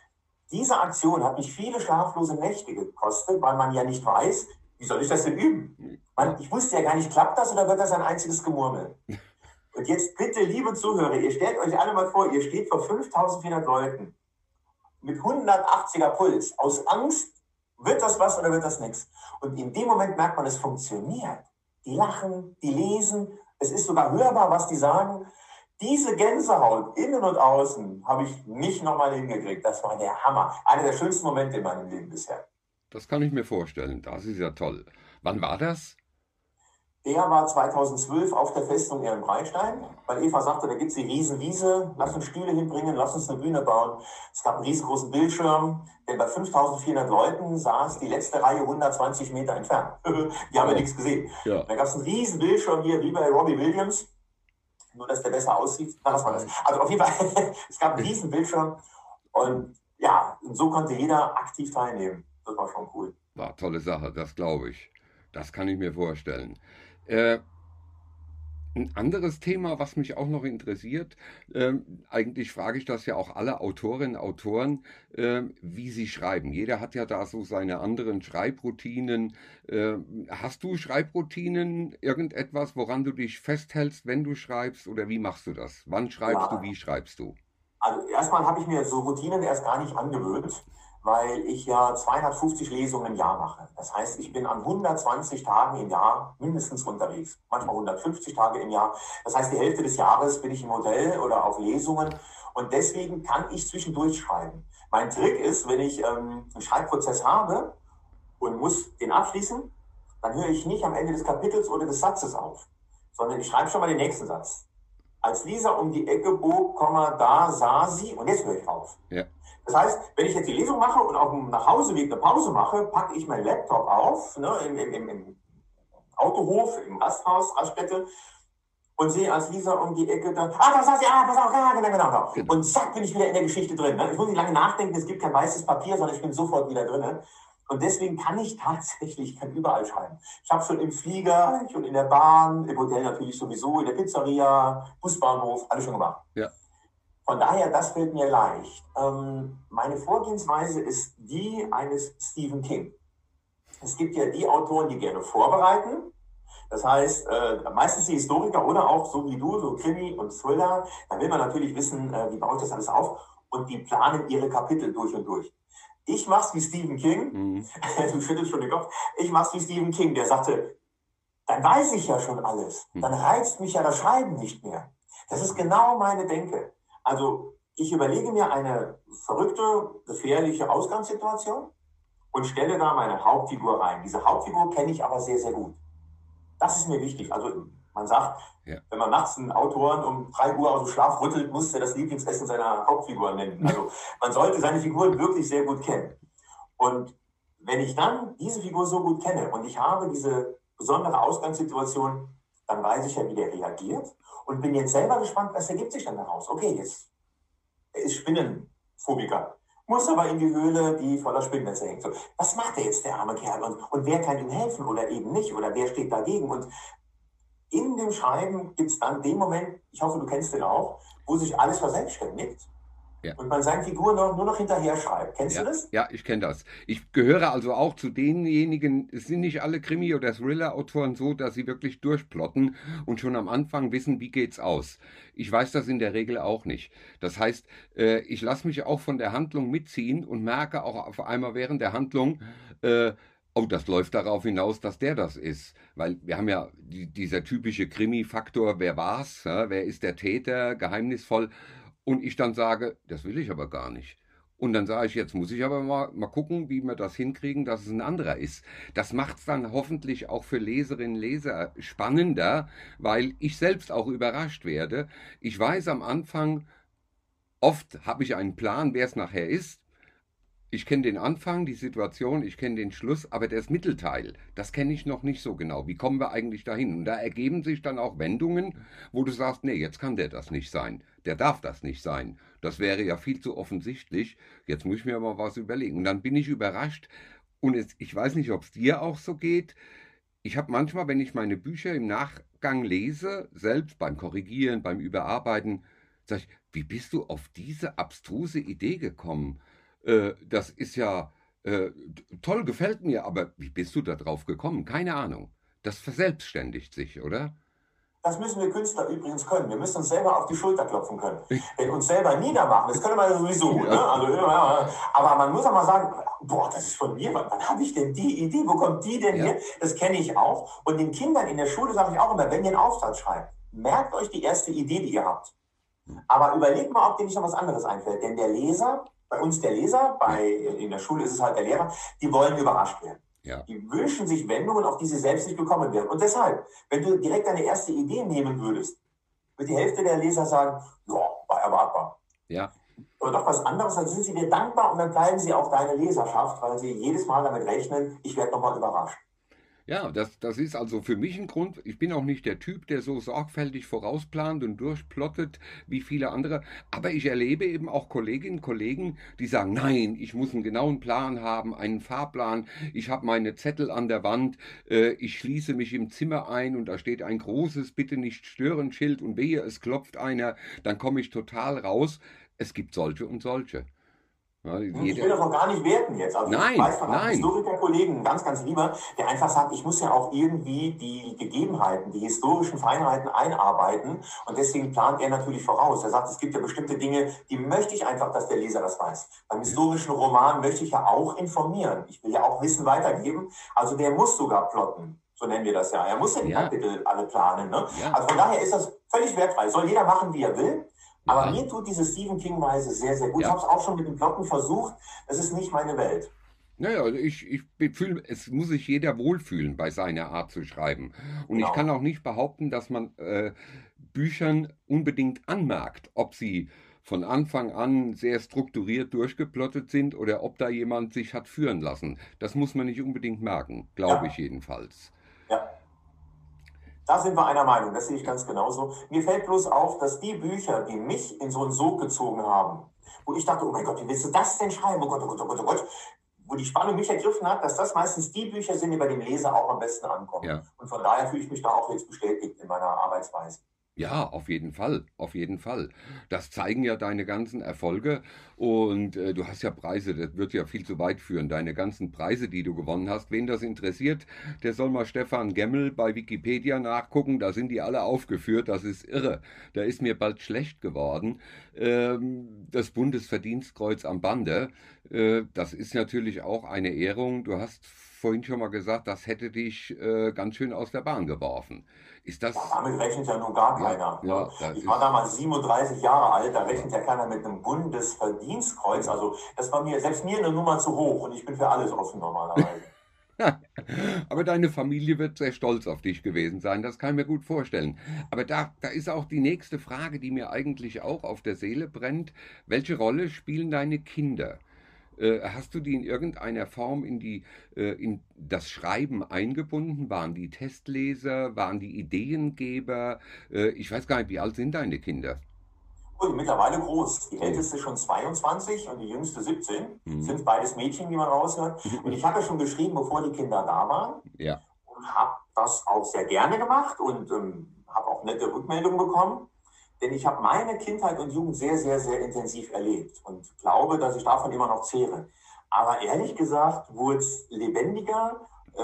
Diese Aktion hat mich viele schlaflose Nächte gekostet, weil man ja nicht weiß, wie soll ich das denn üben? Ich wusste ja gar nicht, klappt das oder wird das ein einziges Gemurmel? Und jetzt bitte, liebe Zuhörer, ihr stellt euch alle mal vor, ihr steht vor 5400 Leuten mit 180er Puls, aus Angst, wird das was oder wird das nichts? Und in dem Moment merkt man, es funktioniert. Die lachen, die lesen, es ist sogar hörbar, was die sagen. Diese Gänsehaut, innen und außen, habe ich nicht nochmal hingekriegt. Das war der Hammer. Einer der schönsten Momente in meinem Leben bisher. Das kann ich mir vorstellen. Das ist ja toll. Wann war das? Der war 2012 auf der Festung Ehrenbreitstein, weil Eva sagte, da gibt es die Riesenwiese, lass uns Stühle hinbringen, lass uns eine Bühne bauen. Es gab einen riesengroßen Bildschirm, denn bei 5400 Leuten saß die letzte Reihe 120 Meter entfernt. Die haben ja nichts gesehen. Ja. Da gab es einen riesen Bildschirm hier, wie bei Robbie Williams, nur dass der besser aussieht. Na, was war das? Also auf jeden Fall, es gab einen riesen Bildschirm und ja, und so konnte jeder aktiv teilnehmen. Das war schon cool. War eine tolle Sache, das glaube ich. Das kann ich mir vorstellen. Ein anderes Thema, was mich auch noch interessiert, eigentlich frage ich das ja auch alle Autorinnen und Autoren, wie sie schreiben. Jeder hat ja da so seine anderen Schreibroutinen. Hast du Schreibroutinen, irgendetwas, woran du dich festhältst, wenn du schreibst, oder wie machst du das? Wann schreibst du, wie schreibst du? Also erstmal habe ich mir so Routinen erst gar nicht angewöhnt, weil ich ja 250 Lesungen im Jahr mache. Das heißt, ich bin an 120 Tagen im Jahr mindestens unterwegs, manchmal 150 Tage im Jahr. Das heißt, die Hälfte des Jahres bin ich im Hotel oder auf Lesungen und deswegen kann ich zwischendurch schreiben. Mein Trick ist, wenn ich einen Schreibprozess habe und muss den abschließen, dann höre ich nicht am Ende des Kapitels oder des Satzes auf, sondern ich schreibe schon mal den nächsten Satz. Als Lisa um die Ecke bog, da sah sie, und jetzt höre ich auf. Ja. Das heißt, wenn ich jetzt die Lesung mache und auf dem Nachhauseweg eine Pause mache, packe ich meinen Laptop auf, ne, im Autohof, im Gasthaus, Raststätte, und sehe als Lisa um die Ecke dann, da sah sie, pass auf, genau. Und zack, bin ich wieder in der Geschichte drin. Ne? Ich muss nicht lange nachdenken, es gibt kein weißes Papier, sondern ich bin sofort wieder drin. Ne? Und deswegen kann ich überall schreiben. Ich habe schon im Flieger, schon in der Bahn, im Hotel natürlich sowieso, in der Pizzeria, Busbahnhof, alles schon gemacht. Ja. Von daher, das fällt mir leicht. Meine Vorgehensweise ist die eines Stephen King. Es gibt ja die Autoren, die gerne vorbereiten, Das heißt, meistens die Historiker oder auch so wie du, so Krimi und Thriller, da will man natürlich wissen, wie baue ich das alles auf, und die planen ihre Kapitel durch und durch. Ich mach's wie Stephen King, Mhm. du schüttelst schon den Kopf, ich mach's wie Stephen King, der sagte, dann weiß ich ja schon alles, dann reizt mich ja das Schreiben nicht mehr. Das ist genau meine Denke. Also ich überlege mir eine verrückte, gefährliche Ausgangssituation und stelle da meine Hauptfigur rein. Diese Hauptfigur kenne ich aber sehr, sehr gut. Das ist mir wichtig. Also man sagt, Ja. wenn man nachts einen Autoren um 3 Uhr aus dem Schlaf rüttelt, muss er das Lieblingsessen seiner Hauptfigur nennen. Also man sollte seine Figur wirklich sehr gut kennen. Und wenn ich dann diese Figur so gut kenne und ich habe diese besondere Ausgangssituation, dann weiß ich ja, wie der reagiert und bin jetzt selber gespannt, was ergibt sich dann daraus. Okay, jetzt er ist Spinnenphobiker, muss aber in die Höhle, die voller Spinnennetze hängt. So, was macht der jetzt, der arme Kerl? Und wer kann ihm helfen oder eben nicht? Oder wer steht dagegen? Und in dem Schreiben gibt es dann den Moment, ich hoffe, du kennst den auch, wo sich alles verselbstständigt. Ja. Und man seinen Figuren nur noch hinterher schreibt. Kennst Ja, du das? ja, ich kenne das. Ich gehöre also auch zu denjenigen, es sind nicht alle Krimi- oder Thriller-Autoren so, dass sie wirklich durchplotten und schon am Anfang wissen, wie geht's aus. Ich weiß das in der Regel auch nicht. Das heißt, ich lasse mich auch von der Handlung mitziehen und merke auch auf einmal während der Handlung, oh, das läuft darauf hinaus, dass der das ist. Weil wir haben ja dieser typische Krimi-Faktor, wer war's, ja, wer ist der Täter, geheimnisvoll. Und ich dann sage, das will ich aber gar nicht. Und dann sage ich, jetzt muss ich aber mal gucken, wie wir das hinkriegen, dass es ein anderer ist. Das macht es dann hoffentlich auch für Leserinnen und Leser spannender, weil ich selbst auch überrascht werde. Ich weiß am Anfang, oft habe ich einen Plan, wer es nachher ist. Ich kenne den Anfang, die Situation, ich kenne den Schluss, aber das Mittelteil, das kenne ich noch nicht so genau. Wie kommen wir eigentlich dahin? Und da ergeben sich dann auch Wendungen, wo du sagst, nee, jetzt kann der das nicht sein. Der darf das nicht sein. Das wäre ja viel zu offensichtlich. Jetzt muss ich mir mal was überlegen. Und dann bin ich überrascht. Und ich weiß nicht, ob es dir auch so geht. Ich habe manchmal, wenn ich meine Bücher im Nachgang lese, selbst beim Korrigieren, beim Überarbeiten, sage ich, wie bist du auf diese abstruse Idee gekommen? Das ist ja toll, gefällt mir, aber wie bist du da drauf gekommen? Keine Ahnung. Das verselbstständigt sich, oder? Das müssen wir Künstler übrigens können. Wir müssen uns selber auf die Schulter klopfen können. Wenn uns selber niedermachen, das können wir ja sowieso. Ja. Ne? Also, aber man muss auch mal sagen, boah, das ist von mir. Wann habe ich denn die Idee? Wo kommt die denn her? Das kenne ich auch. Und den Kindern in der Schule sage ich auch immer, wenn ihr einen Aufsatz schreibt, merkt euch die erste Idee, die ihr habt. Aber überlegt mal, ob dir nicht noch was anderes einfällt. Denn der Leser, bei uns der Leser, in der Schule ist es halt der Lehrer, die wollen überrascht werden. Ja. Die wünschen sich Wendungen, auf die sie selbst nicht gekommen wären. Und deshalb, wenn du direkt deine erste Idee nehmen würdest, wird die Hälfte der Leser sagen, ja, war erwartbar. Ja. Oder doch was anderes, dann sind sie dir dankbar und dann bleiben sie auch deine Leserschaft, weil sie jedes Mal damit rechnen, ich werde nochmal überrascht. Ja, das ist also für mich ein Grund. Ich bin auch nicht der Typ, der so sorgfältig vorausplant und durchplottet wie viele andere. Aber ich erlebe eben auch Kolleginnen und Kollegen, die sagen, nein, ich muss einen genauen Plan haben, einen Fahrplan. Ich habe meine Zettel an der Wand. Ich schließe mich im Zimmer ein und da steht ein großes Bitte nicht stören Schild und wehe, es klopft einer, dann komme ich total raus. Es gibt solche und solche. Ja, Ich will das noch gar nicht werten jetzt. Also ich weiß von einem Historikerkollegen, ganz, ganz lieber, der einfach sagt, ich muss ja auch irgendwie die Gegebenheiten, die historischen Feinheiten einarbeiten. Und deswegen plant er natürlich voraus. Er sagt, es gibt ja bestimmte Dinge, die möchte ich einfach, dass der Leser das weiß. Beim historischen Roman möchte ich ja auch informieren. Ich will ja auch Wissen weitergeben. Also der muss sogar plotten. So nennen wir das ja. Er muss ja die Kapitel alle planen. Ne? Ja. Also von daher ist das völlig wertfrei. Soll jeder machen, wie er will. Aber mir tut diese Stephen King-Weise sehr, sehr gut. Ich habe es auch schon mit dem Plotten versucht. Das ist nicht meine Welt. Naja, also ich fühle, es muss sich jeder wohlfühlen bei seiner Art zu schreiben. Und ich kann auch nicht behaupten, dass man Büchern unbedingt anmerkt, ob sie von Anfang an sehr strukturiert durchgeplottet sind oder ob da jemand sich hat führen lassen. Das muss man nicht unbedingt merken, glaube ich jedenfalls. Ja. Da sind wir einer Meinung, das sehe ich ganz genauso. Mir fällt bloß auf, dass die Bücher, die mich in so einen Sog gezogen haben, wo ich dachte, oh mein Gott, wie willst du das denn schreiben? Oh Gott, oh Gott, oh Gott, oh Gott. Wo die Spannung mich ergriffen hat, dass das meistens die Bücher sind, die bei dem Leser auch am besten ankommen. Ja. Und von daher fühle ich mich da auch jetzt bestätigt in meiner Arbeitsweise. Ja, auf jeden Fall, auf jeden Fall. Das zeigen ja deine ganzen Erfolge und du hast ja Preise, das wird ja viel zu weit führen, deine ganzen Preise, die du gewonnen hast. Wen das interessiert, der soll mal Stefan Gemmel bei Wikipedia nachgucken, da sind die alle aufgeführt, das ist irre. Da ist mir bald schlecht geworden. Das Bundesverdienstkreuz am Bande, das ist natürlich auch eine Ehrung. Du hast vorhin schon mal gesagt, das hätte dich ganz schön aus der Bahn geworfen. Ist Ja, das damit rechnet ja nun gar ja, keiner. Ne? ja, das Ich war ist, damals 37 Jahre alt, da ja, rechnet ja keiner mit einem Bundesverdienstkreuz. ja. Also das war mir, selbst mir eine Nummer zu hoch und ich bin für alles offen normalerweise. Aber deine Familie wird sehr stolz auf dich gewesen sein, das kann ich mir gut vorstellen. Aber da ist auch die nächste Frage, die mir eigentlich auch auf der Seele brennt. Welche Rolle spielen deine Kinder? Hast du die in irgendeiner Form in das Schreiben eingebunden? Waren die Testleser? Waren die Ideengeber? Ich weiß gar nicht, wie alt sind deine Kinder? Und mittlerweile groß. Die Oh. älteste schon 22 und die jüngste 17. Mhm. Sind beides Mädchen, wie man raushört. Und ich habe ja schon geschrieben, bevor die Kinder da waren. Ja, Und habe das auch sehr gerne gemacht und habe auch nette Rückmeldungen bekommen. Denn ich habe meine Kindheit und Jugend sehr, sehr, sehr intensiv erlebt und glaube, dass ich davon immer noch zehre. Aber ehrlich gesagt wurde es lebendiger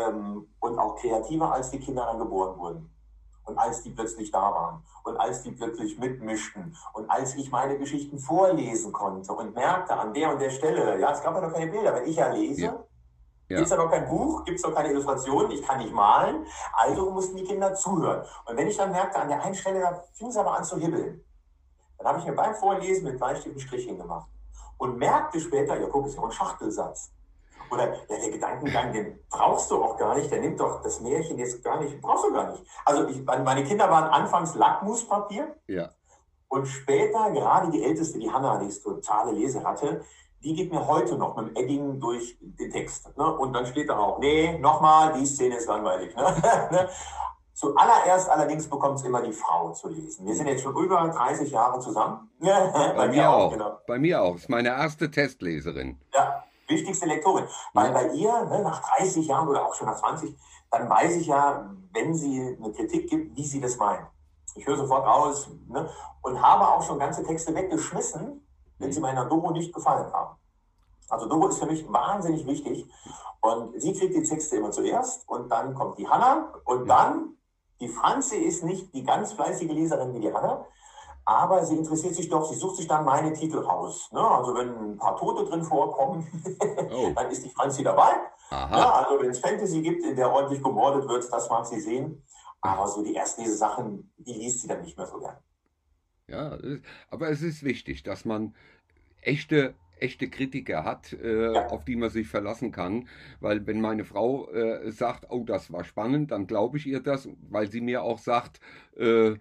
und auch kreativer, als die Kinder dann geboren wurden. Und als die plötzlich da waren und als die plötzlich mitmischten und als ich meine Geschichten vorlesen konnte und merkte an der und der Stelle, ja, es gab ja noch keine Bilder, wenn ich ja ja, lese, gibt es ja, ja noch kein Buch, gibt es noch keine Illustrationen, ich kann nicht malen, also mussten die Kinder zuhören. Und wenn ich dann merkte, an der einen Stelle, da fing es aber an zu hibbeln, dann habe ich mir beim Vorlesen mit Bleistift einen Strich hingemacht und merkte später, ja guck, ist ja ein Schachtelsatz. Oder ja, der Gedankengang, den brauchst du auch gar nicht, der nimmt doch das Märchen jetzt gar nicht, brauchst du gar nicht. Also meine Kinder waren anfangs Lackmuspapier ja. und später, gerade die Älteste, die Hanna, die ist totale Leseratte, die geht mir heute noch mit dem Edding durch den Text. Ne? Und dann steht da auch, nee, nochmal, die Szene ist langweilig. Ne? Ne? Zuallererst allerdings bekommt es immer die Frau zu lesen. Wir sind Hm. jetzt schon über 30 Jahre zusammen. Bei Bei mir mir auch, auch. genau. Bei mir auch. Ist meine erste Testleserin. Ja, wichtigste Lektorin. Weil Ja, bei ihr, ne, nach 30 Jahren oder auch schon nach 20, dann weiß ich ja, wenn sie eine Kritik gibt, wie sie das meint. Ich höre sofort raus, ne, und habe auch schon ganze Texte weggeschmissen, wenn sie hm. meiner Doro nicht gefallen haben. Also Doro ist für mich wahnsinnig wichtig und sie kriegt die Texte immer zuerst und dann kommt die Hanna und Ja, dann, die Franzi ist nicht die ganz fleißige Leserin wie die Hanna, aber sie interessiert sich doch, sie sucht sich dann meine Titel raus. Ne? Also wenn ein paar Tote drin vorkommen, oh, dann ist die Franzi dabei. Ja, aha. also wenn es Fantasy gibt, in der ordentlich gemordet wird, das mag sie sehen. Aber so die Erstlesesachen, die liest sie dann nicht mehr so gern. Ja, aber es ist wichtig, dass man echte Kritiker hat, Ja, auf die man sich verlassen kann. Weil wenn meine Frau sagt, oh, das war spannend, dann glaube ich ihr das, weil sie mir auch sagt, äh,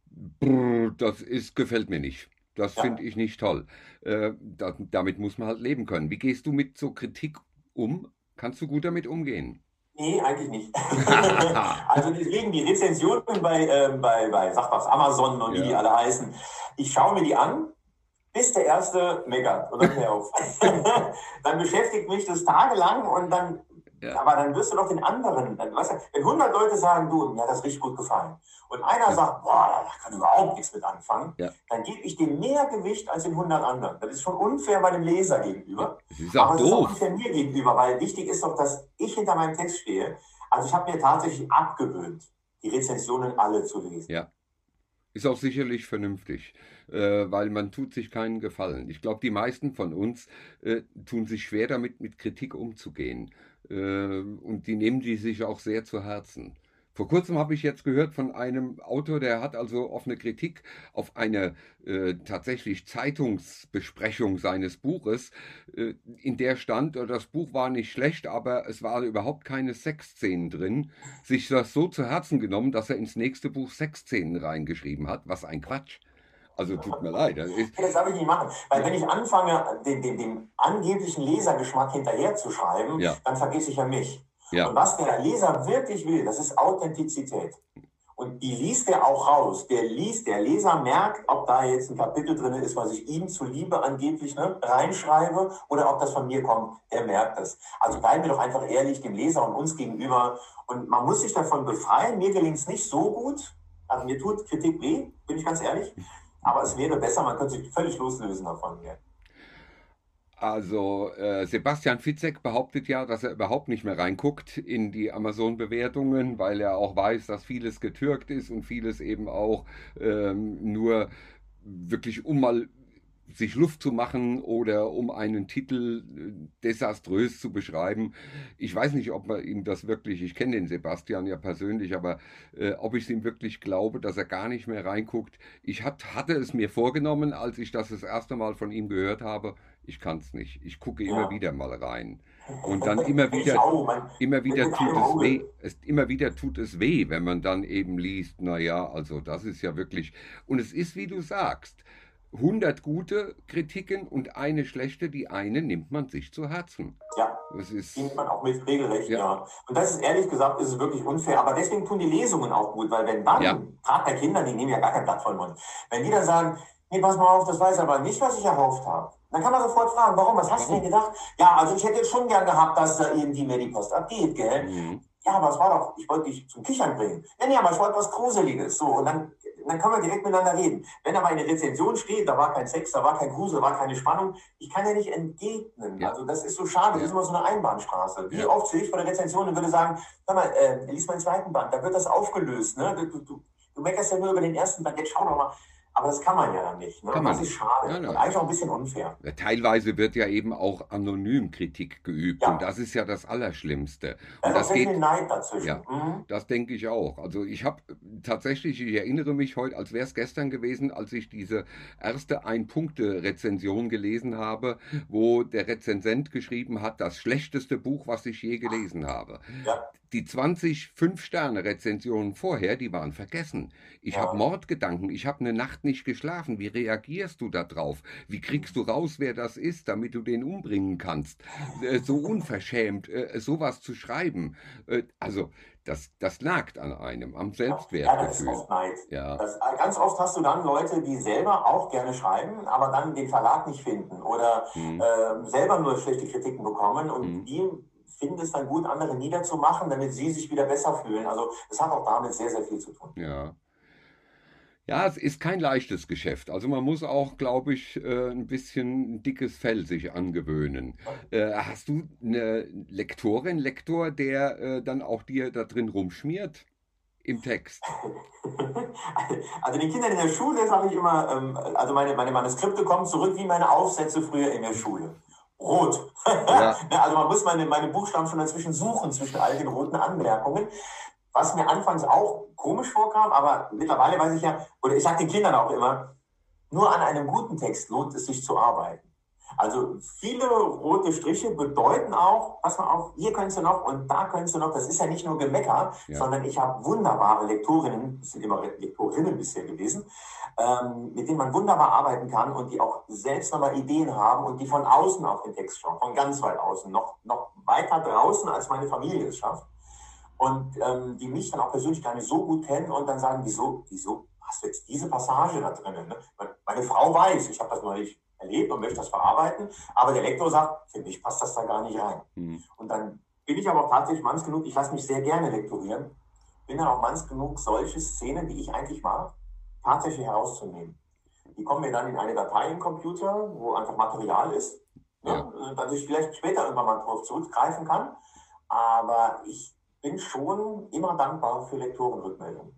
das gefällt mir nicht. Das finde ja. ich nicht toll. Damit muss man halt leben können. Wie gehst du mit so Kritik um? Kannst du gut damit umgehen? Nee, eigentlich nicht. Also deswegen die Rezensionen bei sag was, Amazon und wie die Ja, alle heißen. Ich schaue mir die an, bis der erste meckert und dann hör auf. Dann beschäftigt mich das tagelang und dann, ja, aber dann wirst du doch den anderen, weißt du, wenn 100 Leute sagen, du, mir hat das richtig gut gefallen und einer ja, sagt, boah, da kann überhaupt nichts mit anfangen, ja, dann gebe ich dem mehr Gewicht als den 100 anderen. Das ist schon unfair meinem Leser ja. gegenüber, Es ist auch aber es ist auch doof. unfair mir gegenüber, weil wichtig ist doch, dass ich hinter meinem Text stehe. Also ich habe mir tatsächlich abgewöhnt, die Rezensionen alle zu lesen. Ja. Ist auch sicherlich vernünftig, weil man tut sich keinen Gefallen. Ich glaube, die meisten von uns tun sich schwer damit, mit Kritik umzugehen. Und die nehmen die sich auch sehr zu Herzen. Vor kurzem habe ich jetzt gehört von einem Autor, der hat also auf eine Kritik auf eine tatsächlich Zeitungsbesprechung seines Buches, in der stand, das Buch war nicht schlecht, aber es waren überhaupt keine Sexszenen drin, sich das so zu Herzen genommen, dass er ins nächste Buch Sexszenen reingeschrieben hat. Was ein Quatsch. Also tut mir leid. Das darf ich nicht machen, weil wenn ich anfange, den angeblichen Lesergeschmack hinterher zu schreiben, Ja, dann vergesse ich ja mich. Und ja, was der Leser wirklich will, das ist Authentizität. Und die liest er auch raus. Der Leser merkt, ob da jetzt ein Kapitel drin ist, was ich ihm zuliebe angeblich reinschreibe, oder ob das von mir kommt. Der merkt das. Also ja, bleiben wir doch einfach ehrlich dem Leser und uns gegenüber. Und man muss sich davon befreien. Mir gelingt es nicht so gut, Also mir tut Kritik weh, bin ich ganz ehrlich. Aber es wäre besser, man könnte sich völlig loslösen davon. Ja. Also Sebastian Fitzek behauptet ja, dass er überhaupt nicht mehr reinguckt in die Amazon-Bewertungen, weil er auch weiß, dass vieles getürkt ist und vieles eben auch nur wirklich um mal sich Luft zu machen oder um einen Titel desaströs zu beschreiben. Ich weiß nicht, ob man ihm das wirklich, ich kenne den Sebastian ja persönlich, aber ob ich es ihm wirklich glaube, dass er gar nicht mehr reinguckt. Hatte es mir vorgenommen, als ich das erste Mal von ihm gehört habe. Ich kann es nicht. Ich gucke immer Ja. wieder mal rein. Und dann immer Ich wieder, auch, immer wieder mit tut einem es weh. Auge. Immer wieder tut es weh, wenn man dann eben liest, naja, also das ist ja wirklich. Und es ist, wie du sagst, 100 gute Kritiken und eine schlechte, die eine nimmt man sich zu Herzen. Ja, Das die nimmt ist, man auch mit regelrecht, ja, ja. Und das ist ehrlich gesagt, ist es wirklich unfair. Aber deswegen tun die Lesungen auch gut, weil wenn ja, dann, gerade bei Kindern, die nehmen ja gar kein Blatt vor den Mund, wenn die dann sagen, nee, pass mal auf, das weiß aber nicht, was ich erhofft habe. Dann kann man sofort fragen, warum, was hast du denn warum? gedacht? Ja, also ich hätte jetzt schon gern gehabt, dass da irgendwie mir die Post abgeht, gell? Mhm. Ja, aber es war doch, ich wollte dich zum Kichern bringen. Ja, nee, aber ich wollte was Gruseliges. So, und dann können wir direkt miteinander reden. Wenn aber eine Rezension steht, da war kein Sex, da war kein Grusel, da war keine Spannung, ich kann ja nicht entgegnen. Ja, Also das ist so schade, das ist ja, immer so eine Einbahnstraße. Wie ja. oft stehe ich vor der Rezension und würde sagen, sag mal, lies mal den zweiten Band, da wird das aufgelöst. Ne? Du meckerst ja nur über den ersten Band, jetzt schau doch mal. Aber das kann man ja dann nicht. Ne? Kann Und man das ist nicht. schade Ja, und ja. eigentlich auch ein bisschen unfair. Ja, teilweise wird ja eben auch anonym Kritik geübt und Ja, das ist ja das Allerschlimmste. da Und ist auch das sehr viel geht, Neid dazwischen. ja, Mhm. das denke ich auch. Also ich habe tatsächlich, ich erinnere mich heute, als wäre es gestern gewesen, als ich diese erste Ein-Punkte-Rezension gelesen habe, wo der Rezensent geschrieben hat, das schlechteste Buch, was ich je gelesen habe. Ja, Die 20 Fünf-Sterne-Rezensionen vorher, die waren vergessen. Ich habe ja. Mordgedanken, ich habe eine Nacht nicht geschlafen. Wie reagierst du darauf? Wie kriegst du raus, wer das ist, damit du den umbringen kannst? So unverschämt, sowas zu schreiben. Also, das nagt an einem, am Ja, das ist Selbstwertgefühl. oft Neid. Ja, Ganz oft hast du dann Leute, die selber auch gerne schreiben, aber dann den Verlag nicht finden oder hm, selber nur schlechte Kritiken bekommen und hm, die finden es dann gut, andere niederzumachen, damit sie sich wieder besser fühlen. Also das hat auch damit sehr, sehr viel zu tun. ja. Ja, es ist kein leichtes Geschäft. Also man muss auch, glaube ich, ein bisschen ein dickes Fell sich angewöhnen. Hast du eine Lektorin, Lektor, der dann auch dir da drin rumschmiert im Text? Also den Kindern in der Schule sage ich immer, also meine Manuskripte kommen zurück wie meine Aufsätze früher in der Schule. Rot. Ja, Ne, also man muss meine Buchstaben schon dazwischen suchen, zwischen all den roten Anmerkungen. Was mir anfangs auch komisch vorkam, aber mittlerweile weiß ich ja, oder ich sage den Kindern auch immer, nur an einem guten Text lohnt es sich zu arbeiten. Also viele rote Striche bedeuten auch, pass mal auf, hier könntest du noch und da könntest du noch. Das ist ja nicht nur Gemecker, ja, sondern ich habe wunderbare Lektorinnen, es sind immer Lektorinnen bisher gewesen, mit denen man wunderbar arbeiten kann und die auch selbst nochmal Ideen haben und die von außen auf den Text schauen, von ganz weit außen, noch weiter draußen, als meine Familie es schafft. Und die mich dann auch persönlich gar nicht so gut kennen und dann sagen, wieso hast du jetzt diese Passage da drin? Ne? Meine Frau weiß, ich habe das neulich erlebt und möchte das verarbeiten, aber der Lektor sagt, für mich passt das da gar nicht rein. hm, Und dann bin ich aber auch tatsächlich manns genug, ich lasse mich sehr gerne lektorieren, bin dann auch manns genug, solche Szenen, die ich eigentlich mag, tatsächlich herauszunehmen. Die kommen mir dann in eine Datei im Computer, wo einfach Material ist, ja. ne, dass ich vielleicht später irgendwann mal drauf zurückgreifen kann. Aber ich bin schon immer dankbar für Lektorenrückmeldungen.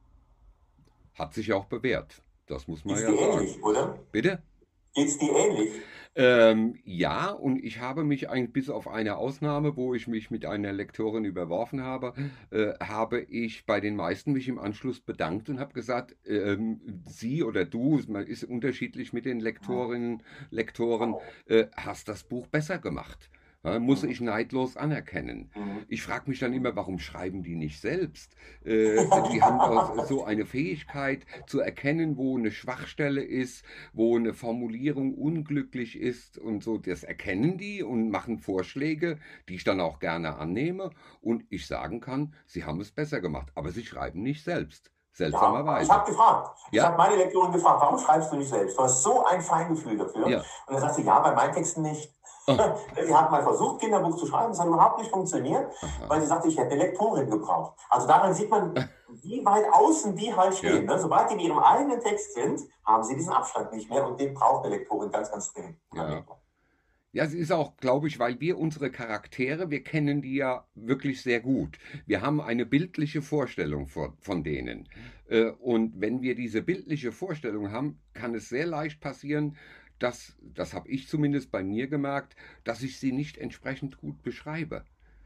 Hat sich auch bewährt. Das muss man Geht's ja dir sagen. ähnlich, oder? Bitte? Geht's dir ähnlich? Ja, und ich habe mich eigentlich bis auf eine Ausnahme, wo ich mich mit einer Lektorin überworfen habe, habe ich bei den meisten mich im Anschluss bedankt und habe gesagt, sie oder du, man ist unterschiedlich mit den Lektorinnen, Lektoren, hast das Buch besser gemacht. Ja, muss Mhm. ich neidlos anerkennen. Mhm. Ich frage mich dann immer, warum schreiben die nicht selbst? Die haben doch so eine Fähigkeit zu erkennen, wo eine Schwachstelle ist, wo eine Formulierung unglücklich ist und so. Das erkennen die und machen Vorschläge, die ich dann auch gerne annehme und ich sagen kann, sie haben es besser gemacht, aber sie schreiben nicht selbst. Ja, ich Seltsamerweise. habe gefragt. Ich habe Ja, meine Lektorin gefragt, warum schreibst du nicht selbst? Du hast so ein Feingefühl dafür. Und ja, dann sagt sie, ja, bei meinen Texten nicht. Ah, Sie hat mal versucht, Kinderbuch zu schreiben, es hat überhaupt nicht funktioniert, aha. weil sie sagte, ich hätte eine Lektorin gebraucht. Also daran sieht man, wie weit außen die halt stehen. Ja, Ne? Sobald die in ihrem eigenen Text sind, haben sie diesen Abstand nicht mehr und den braucht eine Lektorin ganz, ganz dringend. ja. Ja, es ist auch, glaube ich, weil wir unsere Charaktere, wir kennen die ja wirklich sehr gut. Wir haben eine bildliche Vorstellung von denen. Und wenn wir diese bildliche Vorstellung haben, kann es sehr leicht passieren, das habe ich zumindest bei mir gemerkt, dass ich sie nicht entsprechend gut beschreibe.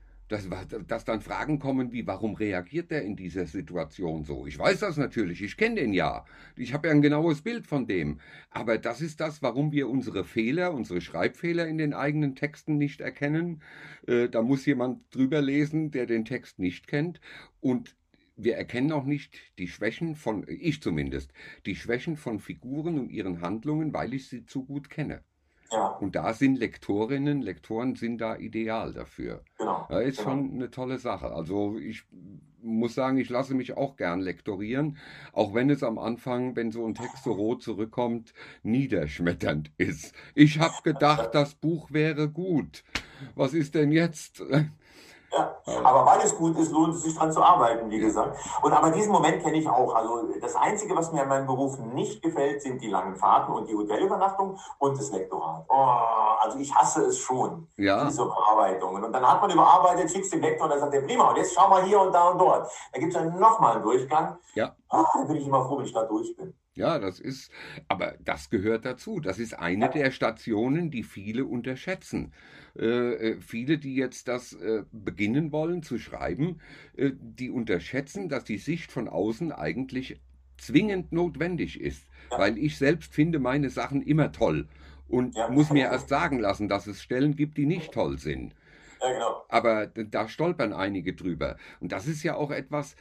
Dass dann Fragen kommen wie, warum reagiert er in dieser Situation so? Ich weiß das natürlich, ich kenne den ja. Ich habe ja ein genaues Bild von dem. Aber das ist das, warum wir unsere Fehler, unsere Schreibfehler in den eigenen Texten nicht erkennen. Da muss jemand drüber lesen, der den Text nicht kennt. Und wir erkennen auch nicht die Schwächen von, ich zumindest, die Schwächen von Figuren und ihren Handlungen, weil ich sie zu gut kenne. Ja, Und da sind Lektorinnen, Lektoren sind da ideal dafür. genau, Ja, ist genau. schon eine tolle Sache. Also ich muss sagen, ich lasse mich auch gern lektorieren, auch wenn es am Anfang, wenn so ein Text so rot zurückkommt, niederschmetternd ist. Ich habe gedacht, das Buch wäre gut. Was ist denn jetzt? Ja, Ja, aber weil es gut ist, lohnt es sich dran zu arbeiten, wie ja, gesagt. Und aber diesen Moment kenne ich auch. Also das Einzige, was mir an meinem Beruf nicht gefällt, sind die langen Fahrten und die Hotelübernachtung und das Lektorat. Oh, also ich hasse es schon, ja, diese Bearbeitungen. Und dann hat man überarbeitet, schickst den Lektor und dann sagt der, prima, und jetzt schau mal hier und da und dort. Da gibt es dann nochmal einen Durchgang. ja. Dann bin ich immer froh, wenn ich da durch bin. Ja, aber das gehört dazu. Das ist eine Ja, der Stationen, die viele unterschätzen. Viele, die jetzt das beginnen wollen zu schreiben, die unterschätzen, dass die Sicht von außen eigentlich zwingend notwendig ist. ja, Weil ich selbst finde meine Sachen immer toll und ja, muss mir erst sagen lassen, dass es Stellen gibt, die nicht toll sind. ja, genau. Aber da stolpern einige drüber. Und das ist ja auch etwas,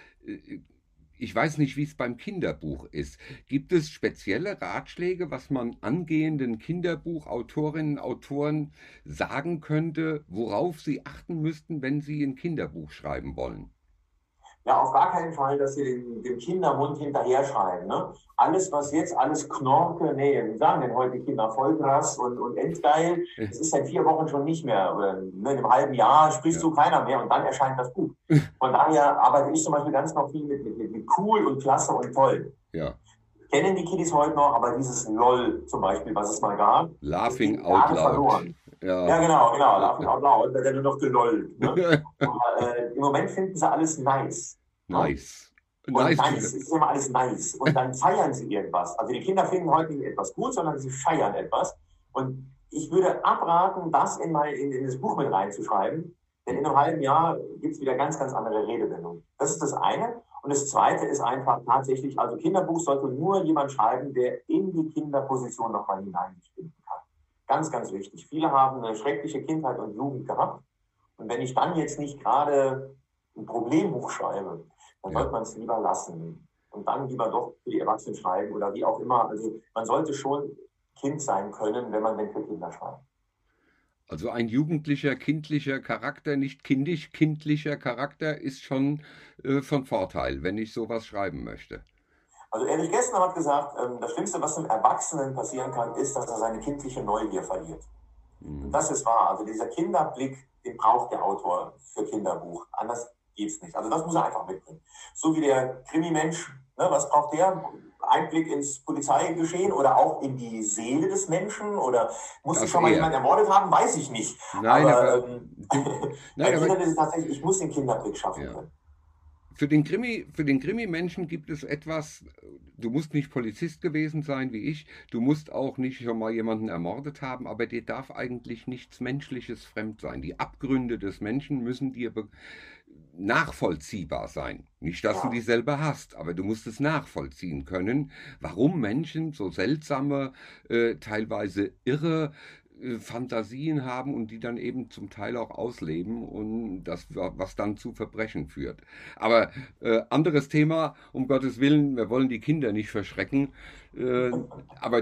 ich weiß nicht, wie es beim Kinderbuch ist. Gibt es spezielle Ratschläge, was man angehenden Kinderbuchautorinnen, Autoren sagen könnte, worauf sie achten müssten, wenn sie ein Kinderbuch schreiben wollen? Ja, auf gar keinen Fall, dass sie dem Kindermund hinterher schreien. Ne? Alles, was jetzt, alles Knorke, nee, wie sagen denn heute Kinder, Vollkrass und Endgeil, Äh, das ist seit 4 Wochen schon nicht mehr. Oder ne, in einem halben Jahr spricht Ja, so keiner mehr und dann erscheint das Buch. Von daher arbeite ich zum Beispiel ganz noch viel mit cool und klasse und toll. ja. Kennen die Kiddies heute noch, aber dieses LOL zum Beispiel, was es mal gab, das Laughing geht out gerade loud. verloren. Ja, Ja. genau, laughing out loud, da wird nur noch gelollt. Ne? Aber im Moment finden sie alles nice. Ne? Nice. Und Nice. nice, es ist immer alles nice. Und dann feiern sie irgendwas. Also die Kinder finden heute nicht etwas gut, sondern sie feiern etwas. Und ich würde abraten, das in das Buch mit reinzuschreiben, denn in einem halben Jahr gibt es wieder ganz, ganz andere Redewendungen. Das ist das eine. Und das zweite ist einfach tatsächlich, also Kinderbuch sollte nur jemand schreiben, der in die Kinderposition nochmal hineinfinden kann. Ganz, ganz wichtig. Viele haben eine schreckliche Kindheit und Jugend gehabt. Und wenn ich dann jetzt nicht gerade ein Problembuch schreibe, dann sollte Ja. man es lieber lassen und dann lieber doch für die Erwachsenen schreiben oder wie auch immer. Also man sollte schon Kind sein können, wenn man denn für Kinder schreibt. Also ein jugendlicher, kindlicher Charakter, nicht kindisch, kindlicher Charakter ist schon von Vorteil, wenn ich sowas schreiben möchte. Also Erich Kästner hat gesagt, das Schlimmste, was einem Erwachsenen passieren kann, ist, dass er seine kindliche Neugier verliert. Und Hm. das ist wahr. Also dieser Kinderblick, den braucht der Autor für Kinderbuch. Anders geht's nicht. Also das muss er einfach mitbringen. So wie der Krimi-Mensch, ne, was braucht der? Einblick ins Polizeigeschehen oder auch in die Seele des Menschen? Oder muss ich Das schon mal eher. jemanden ermordet haben? Weiß ich nicht. Nein, Aber aber bei nein, aber Kindern ist es tatsächlich, ich muss den Kinderblick schaffen ja. können. Für den Krimi-Menschen gibt es etwas, du musst nicht Polizist gewesen sein wie ich, du musst auch nicht schon mal jemanden ermordet haben, aber dir darf eigentlich nichts Menschliches fremd sein. Die Abgründe des Menschen müssen dir nachvollziehbar sein. Nicht, dass du Ja. die selber hast, aber du musst es nachvollziehen können, warum Menschen so seltsame, teilweise irre Fantasien haben und die dann eben zum Teil auch ausleben und das, was dann zu Verbrechen führt. Aber anderes Thema, um Gottes Willen, wir wollen die Kinder nicht verschrecken. Äh, aber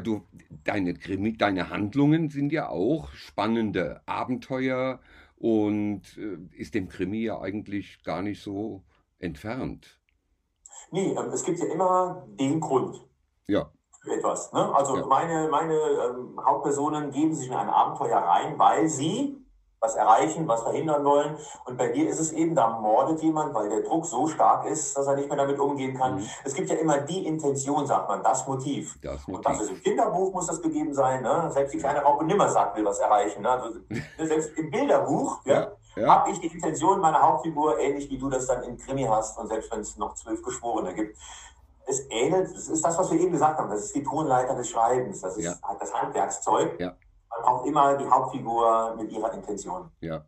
deine Handlungen sind ja auch spannende Abenteuer und ist dem Krimi ja eigentlich gar nicht so entfernt. Nee, es gibt ja immer den Grund. Ja, für etwas. Ne? Also ja. meine Hauptpersonen geben sich in ein Abenteuer rein, weil sie was erreichen, was verhindern wollen. Und bei dir ist es eben, da mordet jemand, weil der Druck so stark ist, dass er nicht mehr damit umgehen kann. Mhm. Es gibt ja immer die Intention, sagt man, das Motiv. Das Und das ist im Motiv. Kinderbuch, muss das gegeben sein. Ne? Selbst die Ja, kleine Raupe Nimmersatt will was erreichen. Ne? Also, selbst im Bilderbuch, ja, ja, ja, habe ich die Intention meiner Hauptfigur, ähnlich wie du das dann im Krimi hast. Und selbst wenn es noch 12 Geschworene gibt. Es ähnelt, es ist das, was wir eben gesagt haben. Das ist die Tonleiter des Schreibens. Das ja, ist halt das Handwerkszeug. ja, Man braucht immer die Hauptfigur mit ihrer Intention. ja.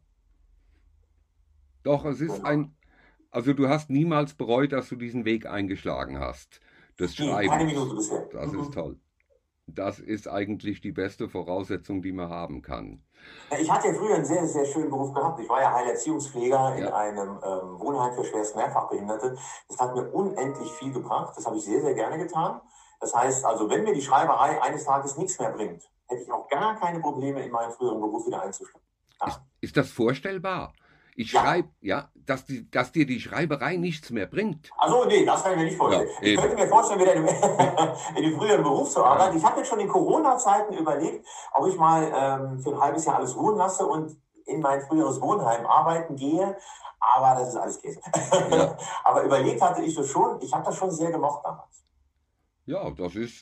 Doch, es ist Genau. ein, also du hast niemals bereut, dass du diesen Weg eingeschlagen hast, des Nee, keine Schreibens. Minute bisher. Das ist toll. Das ist eigentlich die beste Voraussetzung, die man haben kann. Ja, ich hatte ja früher einen sehr, sehr schönen Beruf gehabt. Ich war ja Heilerziehungspfleger in Ja, einem Wohnheim für schwerst Mehrfachbehinderte. Das hat mir unendlich viel gebracht. Das habe ich sehr, sehr gerne getan. Das heißt, also wenn mir die Schreiberei eines Tages nichts mehr bringt, hätte ich auch gar keine Probleme, in meinen früheren Beruf wieder einzusteigen. ist das vorstellbar? Ich Ja, schreibe, ja, dass dir die Schreiberei nichts mehr bringt. also nee, das kann ich mir nicht Ja, vorstellen. Ich könnte eben. mir vorstellen, wieder in dem früheren Beruf zu Ja, arbeiten. Ich habe jetzt schon in Corona-Zeiten überlegt, ob ich mal für ein halbes Jahr alles ruhen lasse und in mein früheres Wohnheim arbeiten gehe. Aber das ist alles Käse. ja, Aber überlegt hatte ich das schon. Ich habe das schon sehr gemocht damals. ja, das ist